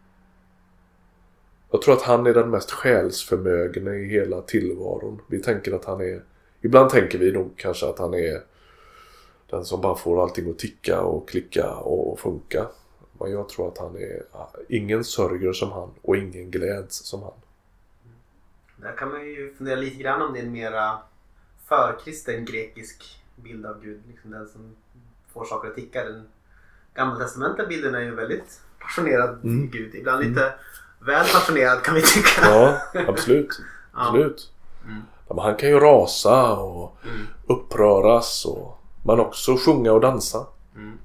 jag tror att han är den mest själsförmögna i hela tillvaron. Vi tänker att han är... Ibland tänker vi nog kanske att han är den som bara får allting att ticka och klicka och funka. Men jag tror att han är... Ingen sörjer som han och ingen gläds som han. Där kan man ju fundera lite grann om det är en mera förkristen grekisk bild av Gud. Liksom den som får saker att ticka. Den gamla testamentliga bilden är ju väldigt passionerad till mm. Gud. Ibland lite mm. väl passionerad kan vi tycka. Ja, absolut. absolut. Ja. Mm. Ja, han kan ju rasa och mm. uppröras. Och, men också sjunga och dansa. Mm.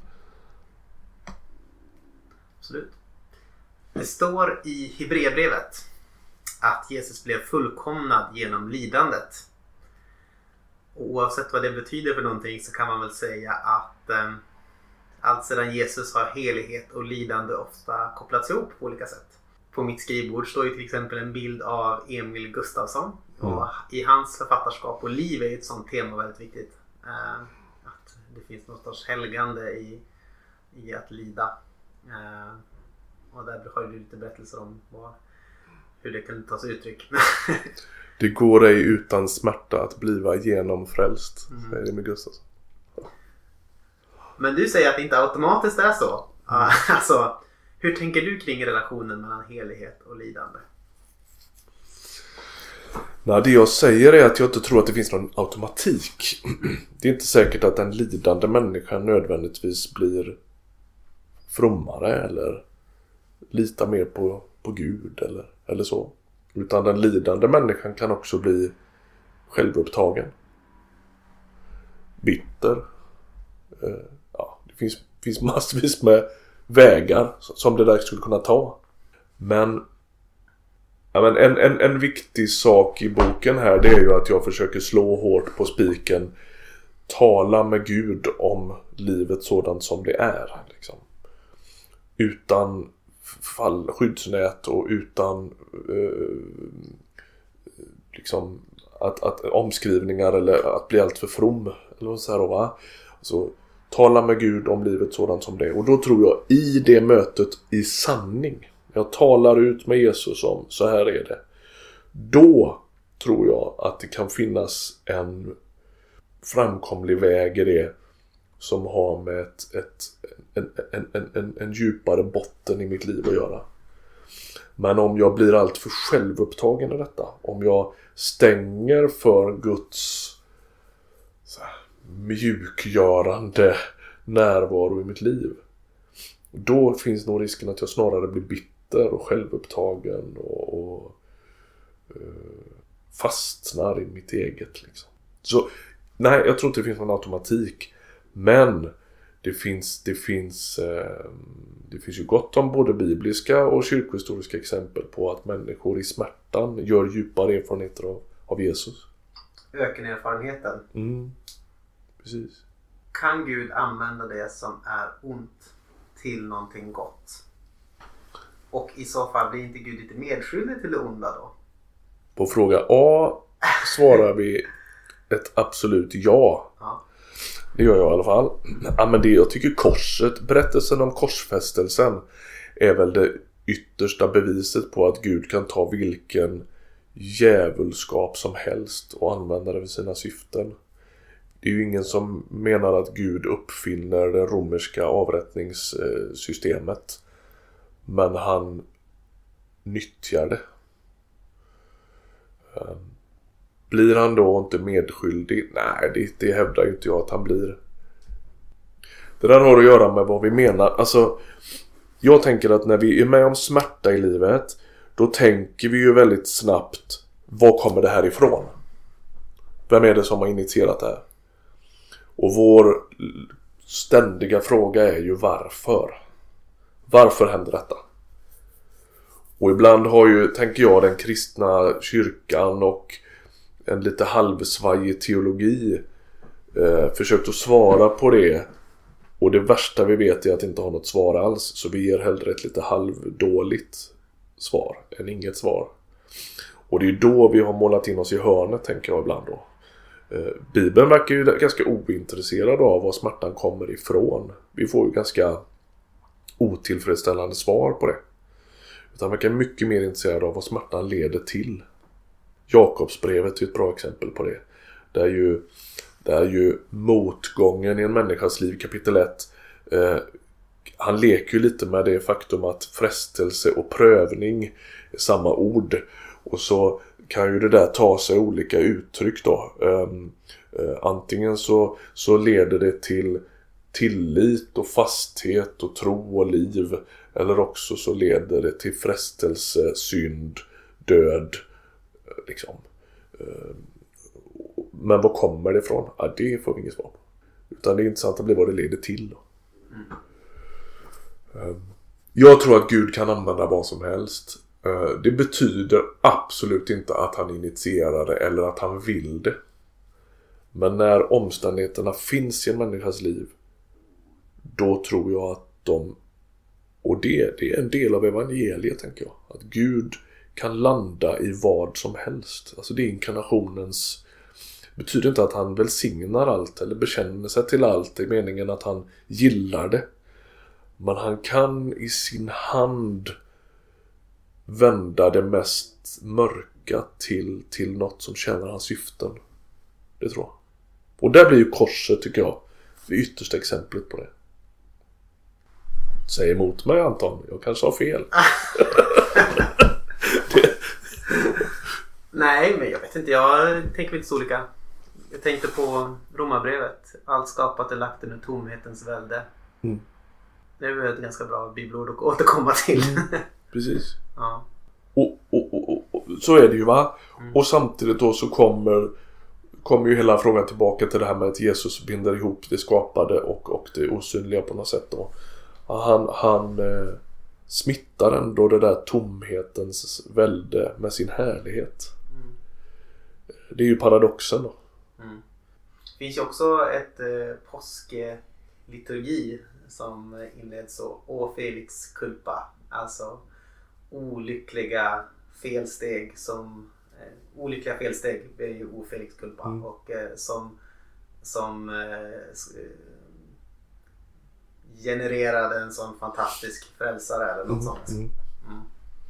Absolut. Det står i Hebreerbrevet att Jesus blev fullkomnad genom lidandet. Och oavsett vad det betyder för någonting så kan man väl säga att eh, allt sedan Jesus har helighet och lidande ofta kopplats ihop på olika sätt. På mitt skrivbord står ju till exempel en bild av Emil Gustafsson. Mm. Och i hans författarskap och liv är ett sånt tema väldigt viktigt. Eh, att det finns något sorts helgande i, i att lida. Eh, och där har du lite berättelser om vad, hur det kan ta sig uttryck. Det går ej utan smärta att bliva genomfrälst, mm. säger det med Gustafsson. Men du säger att det inte automatiskt är så. Mm. Alltså, hur tänker du kring relationen mellan helighet och lidande? Nej, det jag säger är att jag inte tror att det finns någon automatik. Det är inte säkert att den lidande människan nödvändigtvis blir frommare eller litar mer på, på Gud eller, eller så. Utan den lidande människan kan också bli självupptagen. Bitter. Eh, ja, det finns, finns massvis med vägar som det där skulle kunna ta. Men, ja, men en, en, en viktig sak i boken här, det är ju att jag försöker slå hårt på spiken. Tala med Gud om livet sådant som det är. Liksom. Utan fall, skyddsnät och utan eh, liksom att, att omskrivningar eller att bli allt för from eller så här då, va? Så tala med Gud om livet sådant som det är. Och då tror jag i det mötet i sanning, jag talar ut med Jesus om så här är det, då tror jag att det kan finnas en framkomlig väg i det som har med ett, ett, en, en, en, en, en djupare botten i mitt liv att göra. Men om jag blir allt för självupptagen i detta, om jag stänger för Guds så här, mjukgörande närvaro i mitt liv, då finns nog risken att jag snarare blir bitter och självupptagen och, och uh, fastnar i mitt eget liksom. Så nej, jag tror inte det finns någon automatik. Men det finns, det finns, eh, det finns ju gott om både bibliska och kyrkohistoriska exempel på att människor i smärtan gör djupare erfarenheter av, av Jesus. Ökenerfarenheten. Mm, precis. Kan Gud använda det som är ont till någonting gott? Och i så fall blir inte Gud lite medskyldig till det onda då? På fråga A svarar vi ett absolut ja. Ja. Det gör jag i alla fall. Ja, men det jag tycker korset, berättelsen om korsfästelsen är väl det yttersta beviset på att Gud kan ta vilken djävulskap som helst och använda det för sina syften. Det är ju ingen som menar att Gud uppfinner det romerska avrättningssystemet. Men han nyttjar det. Blir han då inte medskyldig? Nej, det, det hävdar ju inte jag att han blir. Det där har att göra med vad vi menar. Alltså, jag tänker att när vi är med om smärta i livet, då tänker vi ju väldigt snabbt, var kommer det här ifrån? Vem är det som har initierat det här? Och vår ständiga fråga är ju varför? Varför händer detta? Och ibland har ju, tänker jag, den kristna kyrkan och en lite halvsvajig teologi eh, försökt att svara på det. Och det värsta vi vet är att inte ha något svar alls. Så vi ger hellre ett lite halvdåligt svar än inget svar. Och det är då vi har målat in oss i hörnet, tänker jag ibland då. Eh, Bibeln verkar ju ganska ointresserad av var smärtan kommer ifrån. Vi får ju ganska otillfredsställande svar på det. Utan verkar mycket mer intresserad av vad smärtan leder till. Jakobsbrevet är ett bra exempel på det. Det är ju, det är ju motgången i en människas liv, kapitel ett. Eh, han leker ju lite med det faktum att frestelse och prövning är samma ord. Och så kan ju det där ta sig olika uttryck då. Eh, eh, antingen så, så leder det till tillit och fasthet och tro och liv. Eller också så leder det till frestelse, synd, död. Liksom. Men var kommer det ifrån? Ja, det får vi inget svar på. Utan det är intressant att bli vad det leder till då. Mm. Jag tror att Gud kan använda vad som helst. Det betyder absolut inte att han initierar det eller att han vill det. Men när omständigheterna finns i en människas liv, då tror jag att de, och det, det är en del av evangeliet, tänker jag, att Gud kan landa i vad som helst. Alltså det är inkarnationens, betyder inte att han välsignar allt eller bekänner sig till allt i meningen att han gillar det. Men han kan i sin hand vända det mest mörka till, till något som tjänar hans syften. Det tror jag. Och där blir ju korset, tycker jag, det yttersta exemplet på det. Säg emot mig, Anton. Jag kanske har fel. det... Nej, men jag vet inte. Jag tänker lite så olika. Jag tänkte på Romarbrevet. Allt skapat är lagt under tomhetens välde. Mm. Det är väl ett ganska bra bibelord att återkomma till. Mm. Precis. Ja. Och, och, och, och så är det ju, va? Mm. Och samtidigt då så kommer kommer ju hela frågan tillbaka till det här med att Jesus binder ihop det skapade och, och det osynliga på något sätt då. Han, han eh, smittar ändå det där tomhetens välde med sin härlighet. Mm. Det är ju paradoxen då. Mm. Det finns ju också ett eh, påskliturgi som inleds så: Å Felix culpa. Alltså olyckliga felsteg som eh, olyckliga felsteg är ju O Felix culpa. Mm. Och eh, som som eh, genererade en sån fantastisk frälsare eller något mm, sånt. Mm. Mm.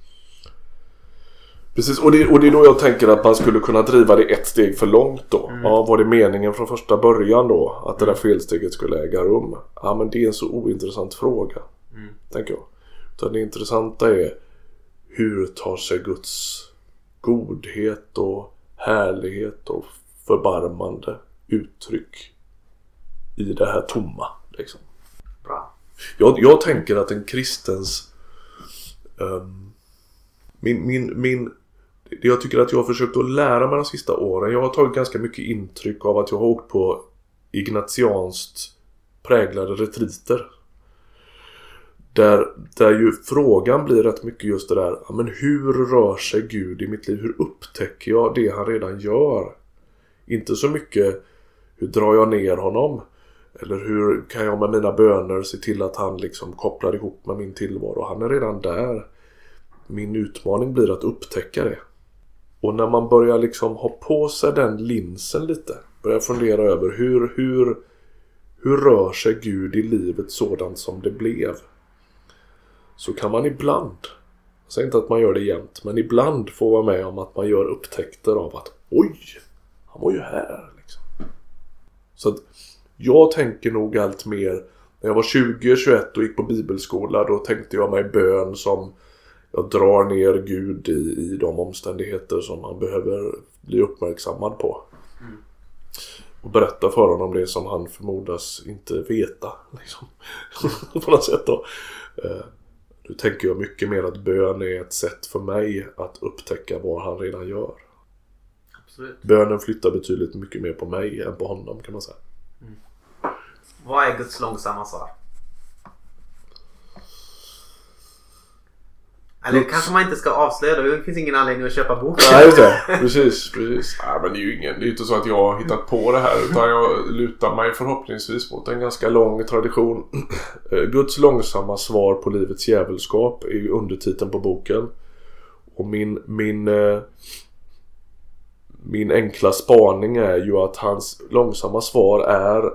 Precis, och det, och det är då jag tänker att man skulle kunna driva det ett steg för långt då. Mm. Ja, var det meningen från första början då att det där felsteget skulle äga rum? Ja, men det är en så ointressant fråga, mm. tänker jag. Utan det intressanta är, hur tar sig Guds godhet och härlighet och förbarmande uttryck i det här tomma, liksom. Bra. Jag, jag tänker att en kristens um, min, min, min jag tycker att jag har försökt att lära mig de sista åren. Jag har tagit ganska mycket intryck av att jag har åkt på ignatianskt präglade retriter. Där, där ju frågan blir rätt mycket just det där, ja, men hur rör sig Gud i mitt liv? Hur upptäcker jag det han redan gör? Inte så mycket, hur drar jag ner honom? Eller hur kan jag med mina böner se till att han liksom kopplar ihop med min tillvaro? Han är redan där. Min utmaning blir att upptäcka det. Och när man börjar liksom ha på sig den linsen lite, börjar fundera över hur, hur, hur rör sig Gud i livet sådant som det blev, så kan man ibland, jag säger inte att man gör det jämt, men ibland få vara med om att man gör upptäckter av att oj, han var ju här liksom. Så att jag tänker nog allt mer, när jag var tjugo tjugoett och gick på bibelskola, då tänkte jag mig bön som jag drar ner Gud i, i de omständigheter som man behöver bli uppmärksammad på. Mm. och berätta för honom det som han förmodas inte veta. Liksom. På något sätt då. Eh, då tänker jag mycket mer att bön är ett sätt för mig att upptäcka vad han redan gör. Absolut. Bönen flyttar betydligt mycket mer på mig än på honom, kan man säga. Mm. Vad är Guds långsamma svar? Eller kanske man inte ska avslöja det. Det finns ingen anledning att köpa boken. Nej, just det. Precis, precis. Nej, men det är ju ingen, det är inte så att jag har hittat på det här, utan jag lutar mig förhoppningsvis mot en ganska lång tradition. Guds långsamma svar på livets djävulskap är ju undertiteln på boken. Och min, min, min enkla spaning är ju att hans långsamma svar är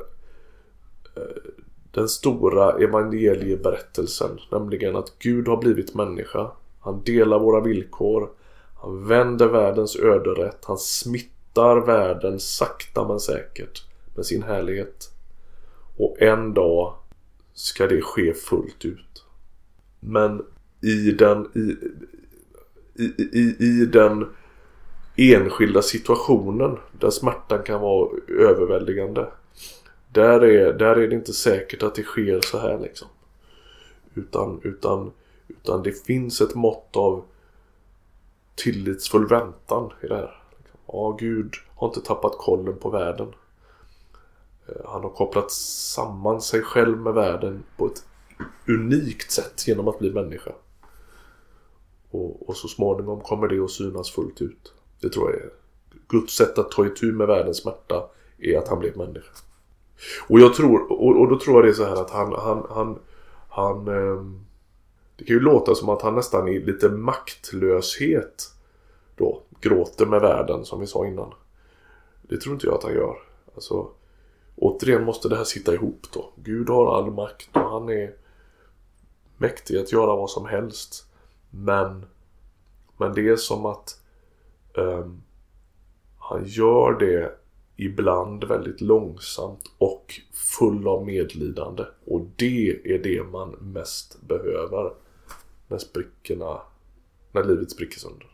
den stora evangelieberättelsen, nämligen att Gud har blivit människa. Han delar våra villkor. Han vänder världens öderätt. Han smittar världen sakta men säkert med sin härlighet. Och en dag ska det ske fullt ut. Men i den i, i, i, i den enskilda situationen där smärtan kan vara överväldigande, Där är, där är det inte säkert att det sker så här liksom. Utan, utan, utan det finns ett mått av tillitsfull väntan i det här. Ja, Gud har inte tappat kollen på världen. Han har kopplat samman sig själv med världen på ett unikt sätt genom att bli människa. Och, och så småningom kommer det att synas fullt ut. Det tror jag är Guds sätt att ta itu med världens smärta, är att han blev människa. Och jag tror, och, och då tror jag det är så här att han, han, han, han eh, det kan ju låta som att han nästan i lite maktlöshet då gråter med världen, som vi sa innan. Det tror inte jag att han gör. Alltså, återigen måste det här sitta ihop då. Gud har all makt och han är mäktig att göra vad som helst. Men, men det är som att eh, han gör det ibland väldigt långsamt och full av medlidande. Och det är det man mest behöver när sprickorna, när livet spricker sönder.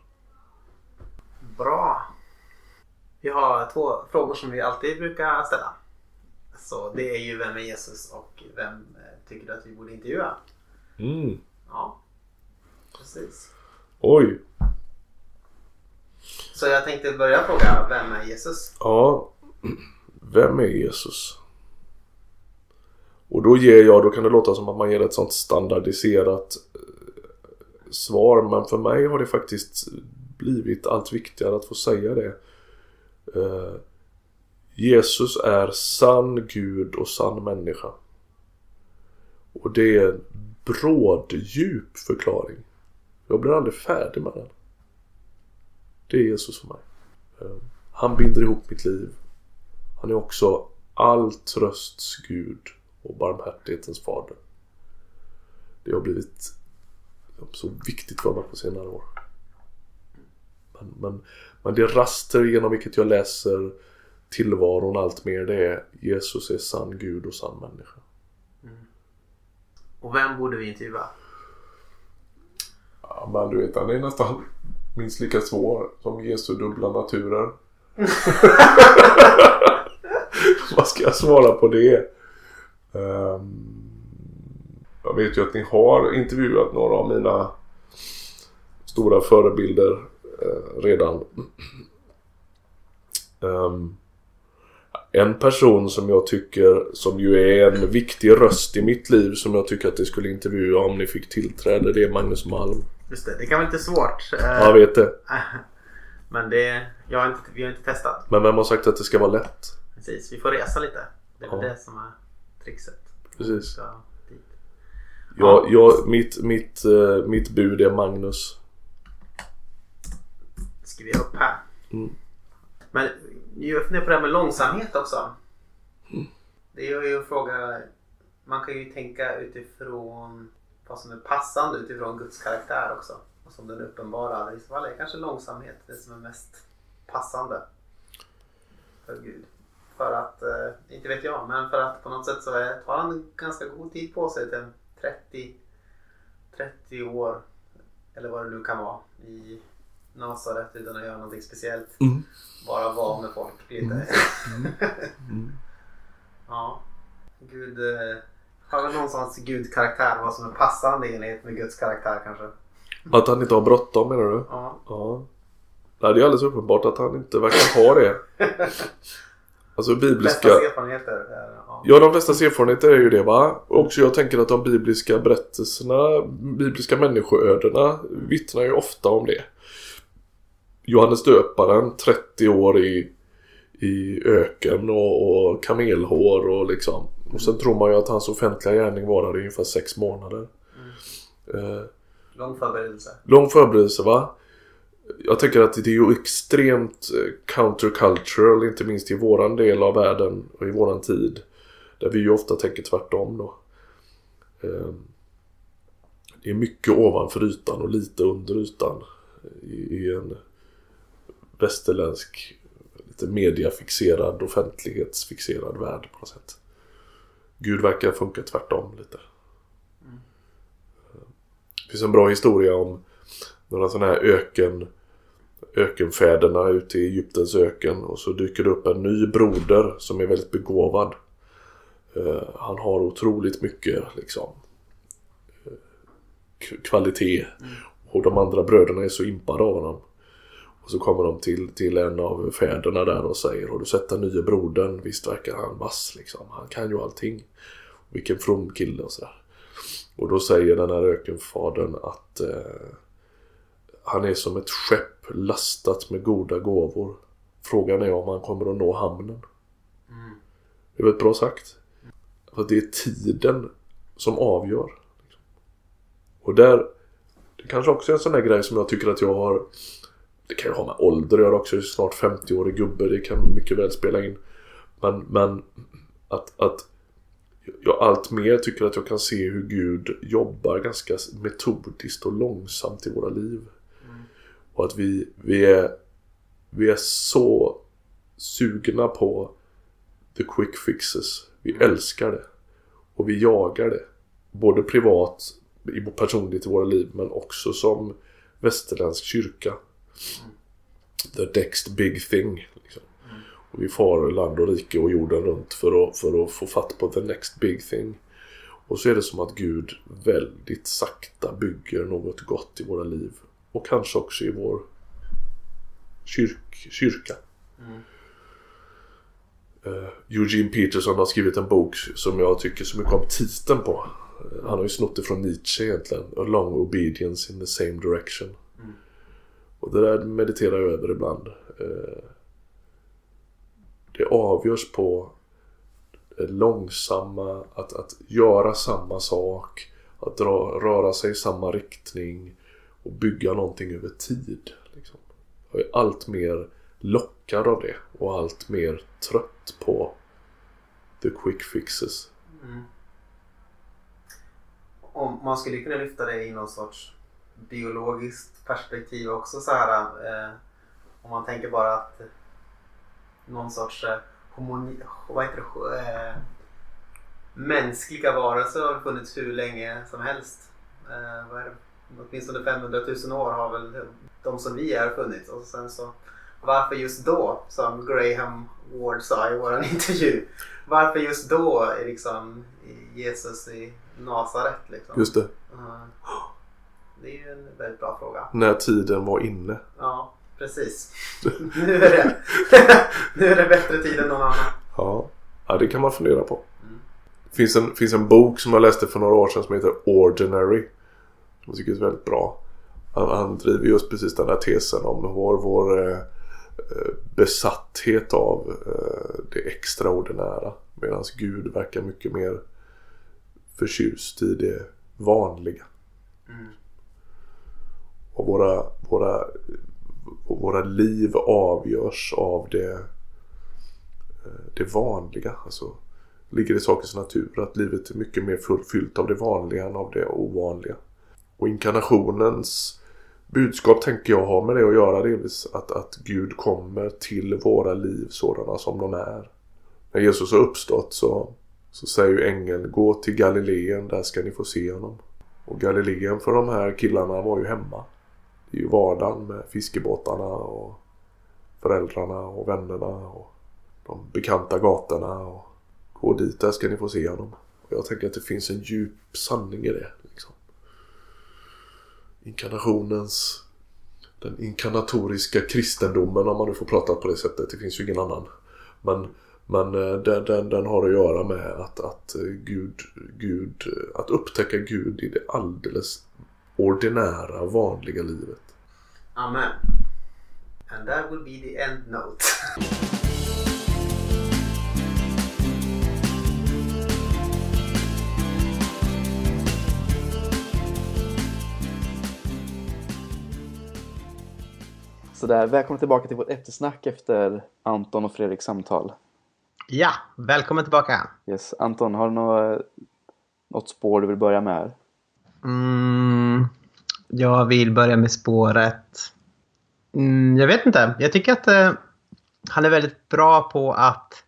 Bra. Vi har två frågor som vi alltid brukar ställa. Så det är ju: vem är Jesus och vem tycker du att vi borde intervjua? Mm. Ja, precis. Oj. Så jag tänkte börja fråga: vem är Jesus? Ja, vem är Jesus? Och då ger jag, då kan det låta som att man ger ett sånt standardiserat svar, men för mig har det faktiskt blivit allt viktigare att få säga det. Uh, Jesus är sann Gud och sann människa. Och det är en bråddjup förklaring. Jag blir aldrig färdig med den. Det är Jesus för mig. Uh, han binder ihop mitt liv. Han är också all trösts Gud och barmhärtighetens fader. Det har blivit så viktigt för mig på senare år. Men, men, men det raster genom vilket jag läser tillvaron allt mer, det är: Jesus är sann Gud och sann människa. Mm. Och vem borde vi intervjua? Ja, men du vet, han är nästan minst lika svår som Jesu dubbla naturer. Vad ska jag svara på det? Um, jag vet ju att ni har intervjuat några av mina stora förebilder uh, redan. Um, en person som jag tycker, som ju är en viktig röst i mitt liv, som jag tycker att det skulle intervjua om ni fick tillträde, det är Magnus Malm. Just det, det kan vara lite svårt. Ja, jag vet det. Men det, jag har inte, vi har inte testat. Men vem har sagt att det ska vara lätt? Precis, vi får resa lite. Det är ja. det som är trixet. Precis. Ja, dit. Ja, jag, mitt, mitt, uh, mitt bud är Magnus. Skriver jag upp här. Mm. Men jag funderar på det här med långsamhet också. Mm. Det är ju en fråga. Man kan ju tänka utifrån vad som är passande utifrån Guds karaktär också. Och som den uppenbara. I så fall är kanske långsamhet det som är mest passande för Gud. För att, eh, inte vet jag, men för att på något sätt så är, tar han ganska god tid på sig till trettio, trettio år. Eller vad det nu kan vara. I Nasaret utan att göra någonting speciellt. Mm. Bara vara med folk lite. Mm. Mm. Mm. Ja. Gud, eh, har väl någonstans Gud-karaktär, vad som är passande i enlighet med Guds karaktär kanske. Att han inte har bråttom, menar du? Ja. Ja. Nej, det är alldeles uppenbart att han inte verkar ha det. Alltså bibliska... Flesta erfarenheter. Ja. Ja, de flesta erfarenheter är ju det, va? Och så jag tänker att de bibliska berättelserna, bibliska människoödena vittnar ju ofta om det. Johannes döparen, trettio år i, i öken och, och kamelhår och liksom. Och sen tror man ju att hans offentliga gärning varade ungefär sex månader. Mm. Eh, lång förberedelse. Lång förberedelse, va? Jag tänker att det är ju extremt countercultural, inte minst i våran del av världen och i våran tid. Där vi ju ofta tänker tvärtom då. Det är mycket ovanför ytan och lite under ytan i en västerländsk, lite mediafixerad, offentlighetsfixerad värld på något sätt. Gud verkar funka tvärtom lite. Det finns en bra historia om några sådana här öken ökenfäderna ute i Egyptens öken, och så dyker det upp en ny broder som är väldigt begåvad. Uh, han har otroligt mycket liksom uh, k- kvalitet mm. och de andra bröderna är så impade av honom. Och så kommer de till, till en av fäderna där och säger: har du sett den nya brodern? Visst verkar han vass liksom. Han kan ju allting. Vilken from kille och sådär. Och då säger den här ökenfadern att uh, han är som ett skepp lastat med goda gåvor. Frågan är om han kommer att nå hamnen. Mm. Det är väl bra sagt. För det är tiden som avgör. Och där, det kanske också är en sån här grej som jag tycker att jag har, det kan ju ha med ålder, jag är också snart femtio-årig gubbe, det kan mycket väl spela in. Men, men att, att jag allt mer tycker att jag kan se hur Gud jobbar ganska metodiskt och långsamt i våra liv. Mm. Och att vi, vi, är, vi är så sugna på the quick fixes. Vi älskar det. Och vi jagar det. Både privat, personligt i våra liv, men också som västerländsk kyrka. Mm. The next big thing. Liksom. Mm. Och vi far land och rike och jorden runt för att, för att få fatt på the next big thing. Och så är det som att Gud väldigt sakta bygger något gott i våra liv. Och kanske också i vår kyrk, kyrka. Mm. Uh, Eugene Peterson har skrivit en bok som jag tycker så mycket om titeln på. Uh, han har ju snott det från Nietzsche egentligen. A long obedience in the same direction. Mm. Och det där mediterar jag över ibland. Uh, det avgörs på det långsamma, att, att göra samma sak, att dra, röra sig i samma riktning och bygga någonting över tid. Liksom. Jag är allt mer lockad av det och allt mer trött på the quick fixes. Mm. Om man skulle kunna lyfta det i någon sorts biologiskt perspektiv också så här, eh, om man tänker bara att någon sorts eh, homoni, vad heter det, eh, mänskliga varelser har funnits hur länge som helst. Eh, vad är det? Åtminstone femhundratusen år har väl de som vi är funnits, och sen så varför just då, som Graham Ward sa i vår intervju, varför just då är liksom Jesus i Nasaret liksom? Just det. Uh, det är ju en väldigt bra fråga. När tiden var inne. Ja, precis. nu är det nu är det bättre tid än någon annan. Ja, ja det kan man fundera på. Mm. Det finns en, finns en bok som jag läste för några år sedan som heter Ordinary. Jag tycker det är väldigt bra. Han, han driver just precis den här tesen om vår, vår eh, besatthet av eh, det extraordinära, medan Gud verkar mycket mer förtjust i det vanliga. Mm. Och våra, våra, våra liv avgörs av det, det vanliga. Alltså ligger i sakens natur att livet är mycket mer fullfyllt av det vanliga än av det ovanliga. Och inkarnationens budskap tänker jag ha med det att göra delvis. Att, att Gud kommer till våra liv sådana som de är. När Jesus har uppstått så, så säger ju ängeln: gå till Galileen, där ska ni få se honom. Och Galileen för de här killarna var ju hemma. i vardagen med fiskebåtarna och föräldrarna och vännerna och de bekanta gatorna och gå dit, där ska ni få se honom. Och jag tänker att det finns en djup sanning i det liksom. Inkarnationens, den inkarnatoriska kristendomen, om man nu får prata på det sättet, det finns ju ingen annan, men Men den, den, den har att göra med att, att Gud, Gud, att upptäcka Gud i det alldeles ordinära, vanliga livet. Amen. And that will be the end note. Så där, välkommen tillbaka till vårt eftersnack efter Anton och Fredriks samtal. Ja, välkommen tillbaka. Yes. Anton, har du något, något spår du vill börja med här? Mm, jag vill börja med spåret. Mm, jag vet inte. Jag tycker att eh, han är väldigt bra på att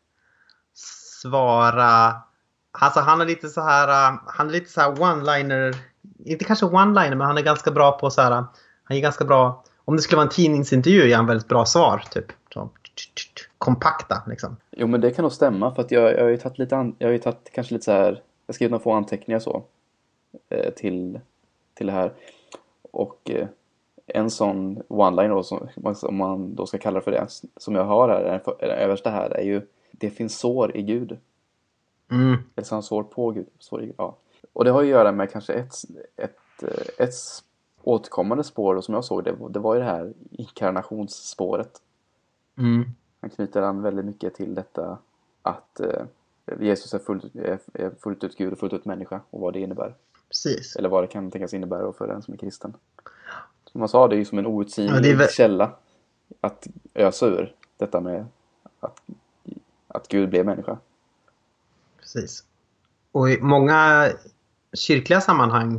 svara. Alltså han är lite så här, uh, han är lite så här one-liner. Inte kanske one-liner, men han är ganska bra på så här. Uh, han är ganska bra. Om det skulle vara en tidningsintervju är han väldigt bra svar, typ. Så, kompakta liksom. Jo, men det kan nog stämma, för att jag, jag har ju tagit lite an, jag har ju tagit kanske lite så här, jag har skrivit några få anteckningar så eh, till till det här, och eh, en sån one-liner då, som, om man då ska kalla det för det, som jag har här, det översta här, är ju: det finns sår i Gud. Mm. Eller så han sår på Gud, sår i Gud. Ja. Och det har ju att göra med kanske ett ett ett, ett återkommande spår då, som jag såg det, det var ju det här inkarnationsspåret. Mm. Han knyter an väldigt mycket till detta att eh, Jesus är fullt, är, är fullt ut Gud och fullt ut människa, och vad det innebär. Precis. Eller vad det kan tänkas innebära för den som är kristen. Som man sa, det är ju som en outsinlig ja, väl... källa att ösa ur detta med att, att Gud blev människa. Precis. Och i många kyrkliga sammanhang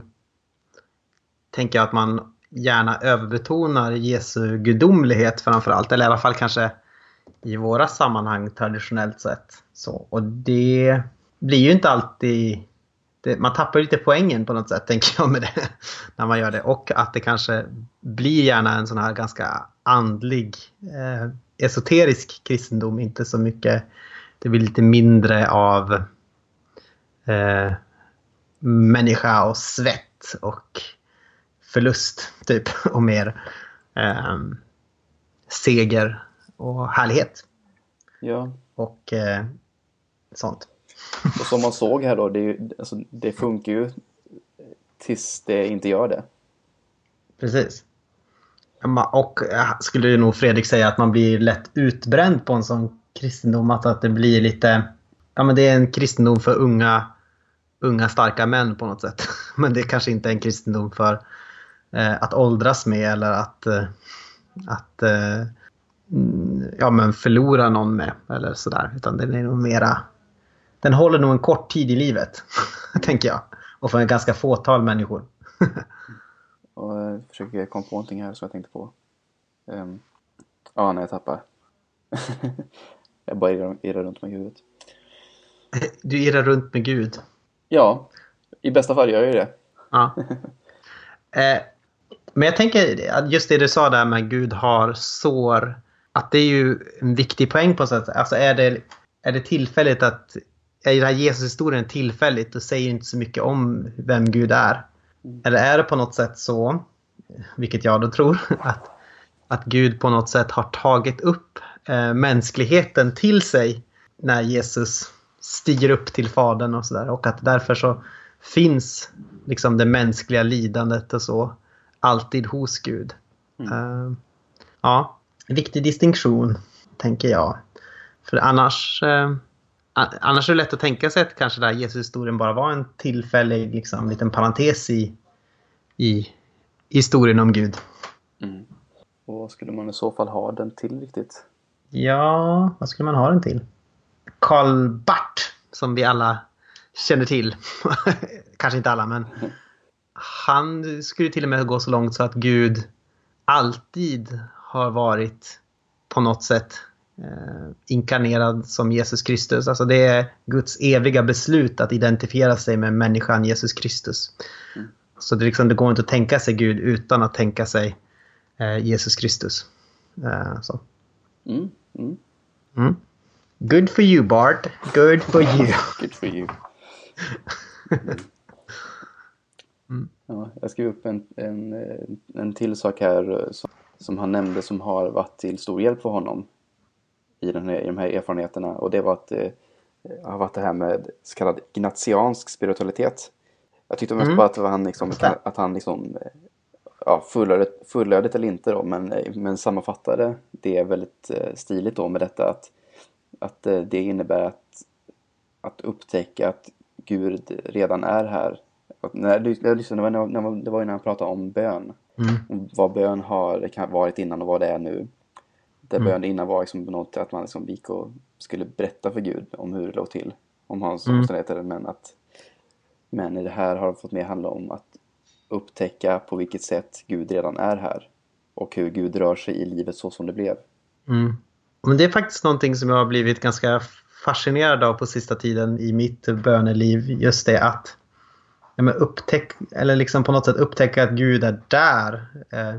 tänker jag att man gärna överbetonar Jesu gudomlighet framförallt. Eller i alla fall kanske i våra sammanhang traditionellt sett. Så, och det blir ju inte alltid... Det, man tappar lite poängen på något sätt, tänker jag, med det när man gör det. Och att det kanske blir gärna en sån här ganska andlig, eh, esoterisk kristendom. Inte så mycket... Det blir lite mindre av eh, människa och svett och förlust typ, och mer eh, seger och härlighet. Ja. Och eh, sånt. Och som man såg här då, det, är ju, alltså, det funkar ju tills det inte gör det. Precis. Och skulle ju nog Fredrik säga att man blir lätt utbränd på en sån kristendom, att, att det blir lite, ja men det är en kristendom för unga unga starka män på något sätt. Men det är kanske inte en kristendom för eh, att åldras med, eller att eh, att eh, ja men förlora någon med eller sådär, utan den är nog mera, den håller nog en kort tid i livet tänker jag, och för en ganska fåtal människor. Och jag försöker komma på någonting här som jag tänkte på. Um, ja, när jag tappar. Jag bara irrar, irrar runt med huvudet. Du irrar runt med Gud? Ja, i bästa fall gör jag ju det. Ja. eh, men jag tänker att just det du sa där med Gud har sår, att det är ju en viktig poäng på sätt. Alltså är det, är det tillfälligt att, är den här Jesus-historien tillfälligt och säger inte så mycket om vem Gud är? Mm. Eller är det på något sätt så, vilket jag då tror, att, att Gud på något sätt har tagit upp eh, mänskligheten till sig när Jesus stiger upp till Fadern och sådär, och att därför så finns liksom det mänskliga lidandet och så alltid hos Gud. Mm. Uh, ja, en viktig distinktion tänker jag. För annars uh, annars är det lätt att tänka sig att kanske där Jesus-historien bara var en tillfällig liksom liten parentes i, i historien om Gud. Mm. Och vad skulle man i så fall ha den till riktigt? Ja, vad skulle man ha den till? Karl Barth, som vi alla känner till. Kanske inte alla, men han skulle till och med gå så långt så att Gud alltid har varit på något sätt eh, inkarnerad som Jesus Kristus. Alltså det är Guds eviga beslut att identifiera sig med människan Jesus Kristus. Mm. Så det, liksom, det går inte att tänka sig Gud utan att tänka sig eh, Jesus Kristus. Eh, så. Mm, mm. Mm. Good for you, Bart. Good for you. Good for you. Mm. Mm. Ja, jag skrev upp en, en, en till sak här som, som han nämnde som har varit till stor hjälp för honom i, den här, i de här erfarenheterna. Och det var att det eh, har varit det här med så kallad ignatiansk spiritualitet. Jag tyckte mest mm. på att han liksom, att han liksom ja, fullödigt, fullödigt eller inte då, men, men sammanfattade det väldigt stiligt då med detta att, att det innebär att, att upptäcka att Gud redan är här. Och när jag lyssnade, när, när, det var ju när han pratade om bön. Mm. Vad bön har varit innan och vad det är nu. Där mm. bön innan var liksom något att man liksom gick och skulle berätta för Gud om hur det låg till. Om hans mm. omständigheter. Men, att, men i det här har det fått mer handla om att upptäcka på vilket sätt Gud redan är här. Och hur Gud rör sig i livet så som det blev. Mm. Men det är faktiskt någonting som jag har blivit ganska fascinerad av på sista tiden i mitt böneliv. Just det att ja, men upptäck, eller liksom på något sätt upptäcka att Gud är där. Eh,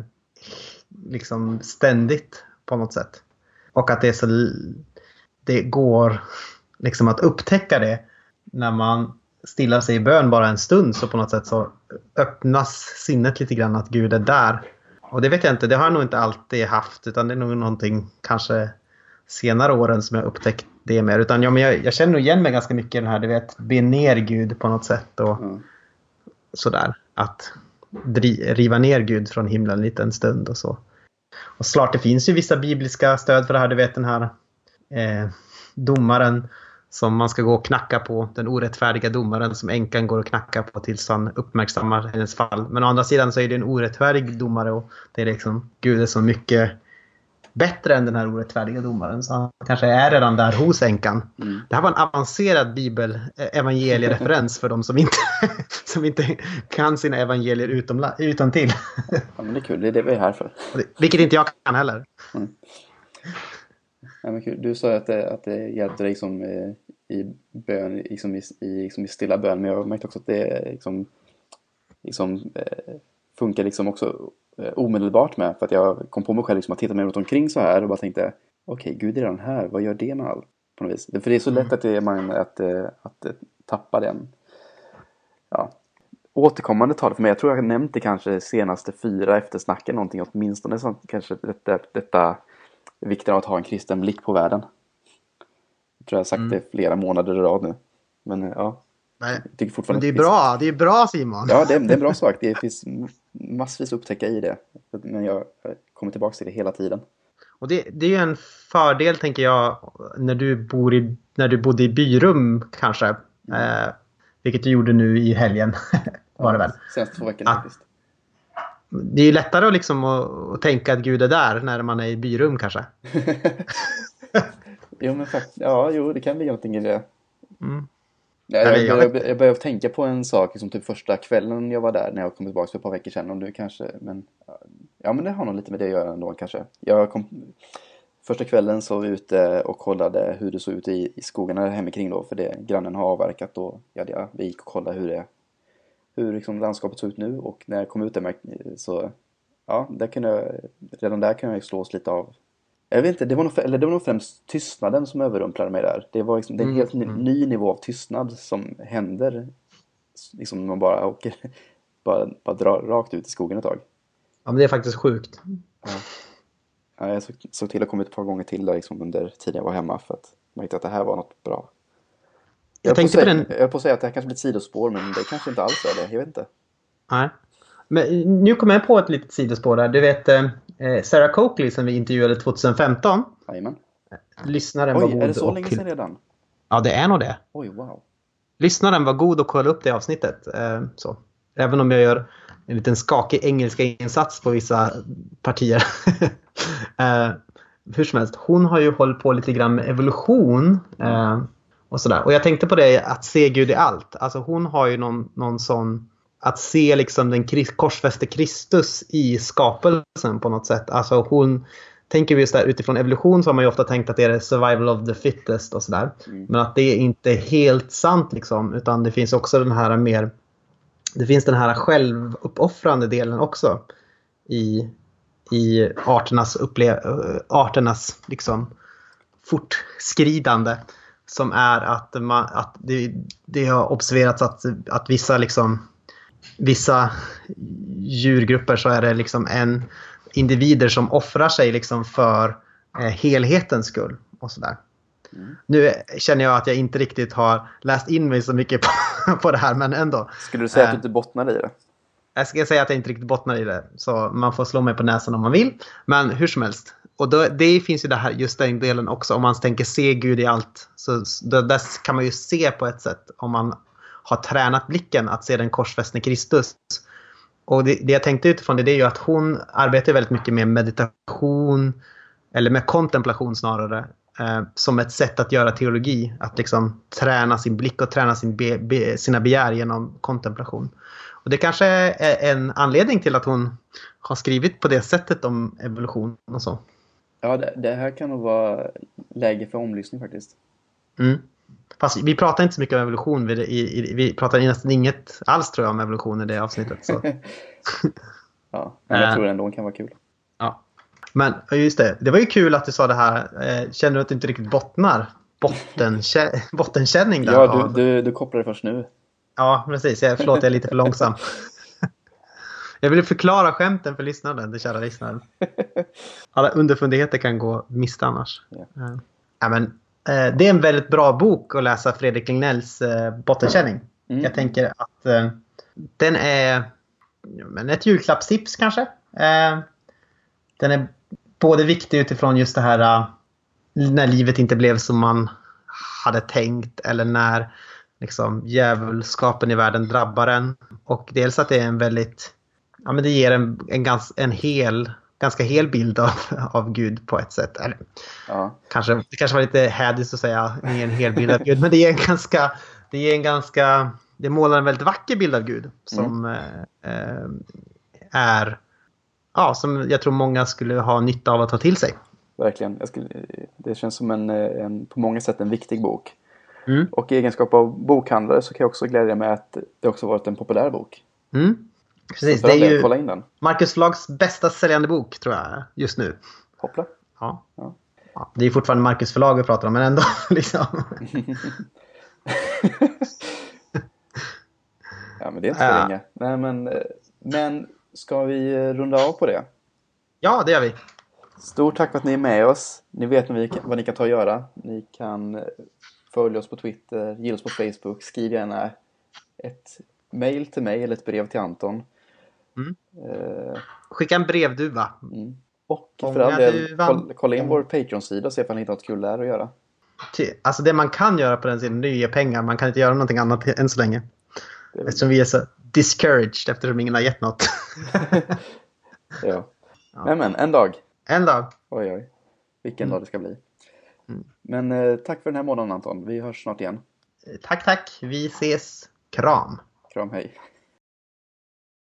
liksom ständigt på något sätt. Och att det är så det går liksom att upptäcka det när man stillar sig i bön bara en stund, så på något sätt så öppnas sinnet lite grann att Gud är där. Och det vet jag inte, det har jag nog inte alltid haft, utan det är nog någonting kanske senare åren som jag upptäckt det mer. Utan ja, men jag, jag känner nog igen mig ganska mycket i den här, du vet, be ner Gud på något sätt och mm. sådär. Att dri, riva ner Gud från himlen en liten stund och så. Och klart, det finns ju vissa bibliska stöd för det här, du vet den här eh, domaren som man ska gå och knacka på, den orättfärdiga domaren som änkan går och knackar på tills han uppmärksammar hennes fall. Men å andra sidan så är det en orättfärdig domare och det är liksom Gud är så mycket bättre än den här orättfärdiga domaren. Så han kanske är redan där hos änkan. Mm. Det här var en avancerad bibel evangeliereferens för de som inte, som inte kan sina evangelier utom, utan till. Ja, men det är kul, det är det vi är här för. Vilket inte jag kan heller. Mm. Ja, men kul. Du sa att det, att det hjälpte dig liksom, eh, i bön, liksom i, i, liksom i stilla bön, men jag märkte också att det liksom, liksom, eh, funkar liksom också eh, omedelbart med, för att jag kom på mig själv liksom, att titta mig runt omkring så här och bara tänkte, okej, okay, Gud är redan här, vad gör det med allt? På något vis. För det är så lätt att, det, man, att, att, att tappa den. Ja. Återkommande tal för mig, jag tror jag har nämnt det kanske senaste fyra eftersnacken någonting åtminstone, så kanske detta, detta vikten av att ha en kristen blick på världen. Jag tror jag har sagt mm. det flera månader i rad nu. Men ja. Nej, jag tycker fortfarande men det är bra, det är bra Simon. Ja, det är, det är en bra sak. Det finns massvis att upptäcka i det. Men jag kommer tillbaka till det hela tiden. Och det, det är ju en fördel, tänker jag, när du, bor i, när du bodde i byrum kanske. Mm. Eh, vilket du gjorde nu i helgen. Var det väl? Senaste två veckorna faktiskt. Det är ju lättare liksom att, att tänka att Gud är där när man är i byrum kanske. Jo, men faktiskt, ja, jo, det kan bli någonting i det. Mm. Ja, jag, jag, jag, jag började tänka på en sak som typ första kvällen jag var där när jag kom tillbaka för ett par veckor sedan. Om du kanske, men, ja, men det har nog lite med det att göra ändå kanske. Jag kom, första kvällen så var vi ute och kollade hur det såg ut i, i skogarna hemikring då. För det, grannen har avverkat och ja, ja, vi gick och kollade hur det hur liksom landskapet såg ut nu. Och när jag kom ut där så ja, där kunde jag, redan där kunde jag slås lite av. Jag vet inte, det var nog, eller det var nog främst tystnaden som överrumplade mig där. Det var liksom, det är en helt ny, ny nivå av tystnad som händer liksom när man bara åker, bara, bara drar rakt ut i skogen ett tag. Ja, men det är faktiskt sjukt. Ja. Ja, jag såg, såg till att komma ut ett par gånger till där liksom under tiden jag var hemma för att jag märkte att det här var något bra. Jag, jag tänkte på den... Jag är på att säga att det här kanske blir ett sidospår, men det kanske inte alls är det. Jag vet inte. Nej. Men nu kommer jag på ett litet sidospår där. Du vet eh, Sarah Coakley som vi intervjuade tjugohundrafemton. Jajamän. Lyssnaren Oj, var god. Är det så och... länge sedan redan? Ja, det är nog det. Oj, wow. Lyssnaren var god och kolla upp det avsnittet. Eh, så. Även om jag gör en liten skakig engelska insats på vissa partier. eh, hur som helst. Hon har ju hållit på lite grann med evolution. Eh, och sådär. Och jag tänkte på det att se Gud i allt. Alltså hon har ju någon, någon sån... Att se liksom den korsfäste Kristus i skapelsen på något sätt. Alltså hon tänker vi just där utifrån evolution så har man ju ofta tänkt att det är survival of the fittest och sådär. Mm. Men att det är inte helt sant liksom. Utan det finns också den här mer... Det finns den här självuppoffrande delen också. I, i arternas, upple- arternas liksom, fortskridande. Som är att, man, att det, det har observerats att, att vissa, liksom, vissa djurgrupper så är det liksom en individer som offrar sig liksom för eh, helhetens skull och sådär. Mm. Nu känner jag att jag inte riktigt har läst in mig så mycket på, på det här, men ändå. Skulle du säga eh, att du inte bottnar i det? Jag ska säga att jag inte riktigt bottnar i det. Så man får slå mig på näsan om man vill. Men hur som helst. Och då, det finns ju det här, just den delen också. Om man tänker se Gud i allt. Så då, där kan man ju se på ett sätt. Om man har tränat blicken att se den korsfästne Kristus. Och det, det jag tänkte utifrån det, det är ju att hon arbetar väldigt mycket med meditation. Eller med kontemplation snarare. Eh, som ett sätt att göra teologi. Att liksom träna sin blick och träna sin be, be, sina begär genom kontemplation. Och det kanske är en anledning till att hon har skrivit på det sättet om evolution och så. Ja, det, det här kan nog vara läge för omlyssning faktiskt. Mm. Fast vi pratar inte så mycket om evolution. Vi, i, vi pratar nästan inget alls tror jag om evolution i det avsnittet. Så. Ja, men jag tror ändå hon kan vara kul. Ja. Men just det, det var ju kul att du sa det här. Känner du att du inte riktigt bottnar? Bottenkä- bottenkänning där. Ja, du, du, du kopplar det först nu. Ja, precis. Jag, förlåt, jag är lite för långsam. Jag vill förklara skämten för lyssnaren, det kära lyssnaren. Alla underfundigheter kan gå miste annars. Ja. Ja, men, eh, det är en väldigt bra bok att läsa Fredrik Lignells eh, Bottenkänning. Mm. Jag tänker att eh, den är men ett julklappstips kanske. Eh, den är både viktig utifrån just det här eh, när livet inte blev som man hade tänkt eller när liksom djävulskapen i världen drabbar en. Och dels att det är en väldigt, ja men det ger en, en, gans, en hel, ganska hel bild av, av Gud på ett sätt. Eller, ja. kanske, det kanske var lite hädiskt att säga det ger en hel bild av Gud, men det ger en ganska, det ger en ganska, det målar en väldigt vacker bild av Gud som mm. eh, är, ja som jag tror många skulle ha nytta av att ta till sig. Verkligen, jag skulle, det känns som en, en på många sätt en viktig bok. Mm. Och i egenskap av bokhandlare så kan jag också glädja mig att det också varit en populär bok. Mm. Precis, det är ju kolla in den. Marcus Förlags bästa säljande bok tror jag just nu. Hoppla. Ja. Ja. Ja, det är fortfarande Marcus Förlag vi pratar om, men ändå liksom. Ja, men det är inte för länge. Nej, men, men ska vi runda av på det? Ja, det gör vi. Stort tack för att ni är med oss. Ni vet vad, vi kan, vad ni kan ta och göra. Ni kan följa oss på Twitter, gilla oss på Facebook. Skriv gärna ett mail till mig eller ett brev till Anton. Mm. Uh, Skicka en brevduva. Mm. Och för all del, kolla, kolla in vår Patreon-sida och se om ni hittar något kul där att göra. Alltså det man kan göra på den sidan, det är ge pengar. Man kan inte göra någonting annat än så länge. Väl... Eftersom vi är så discouraged eftersom ingen har gett något. Ja. Ja. Men, men, en dag. En dag. Oj, oj. Vilken mm. dag det ska bli. Mm. Men eh, tack för den här månaden, Anton. Vi hörs snart igen. Tack, tack. Vi ses. Kram. Kram, hej.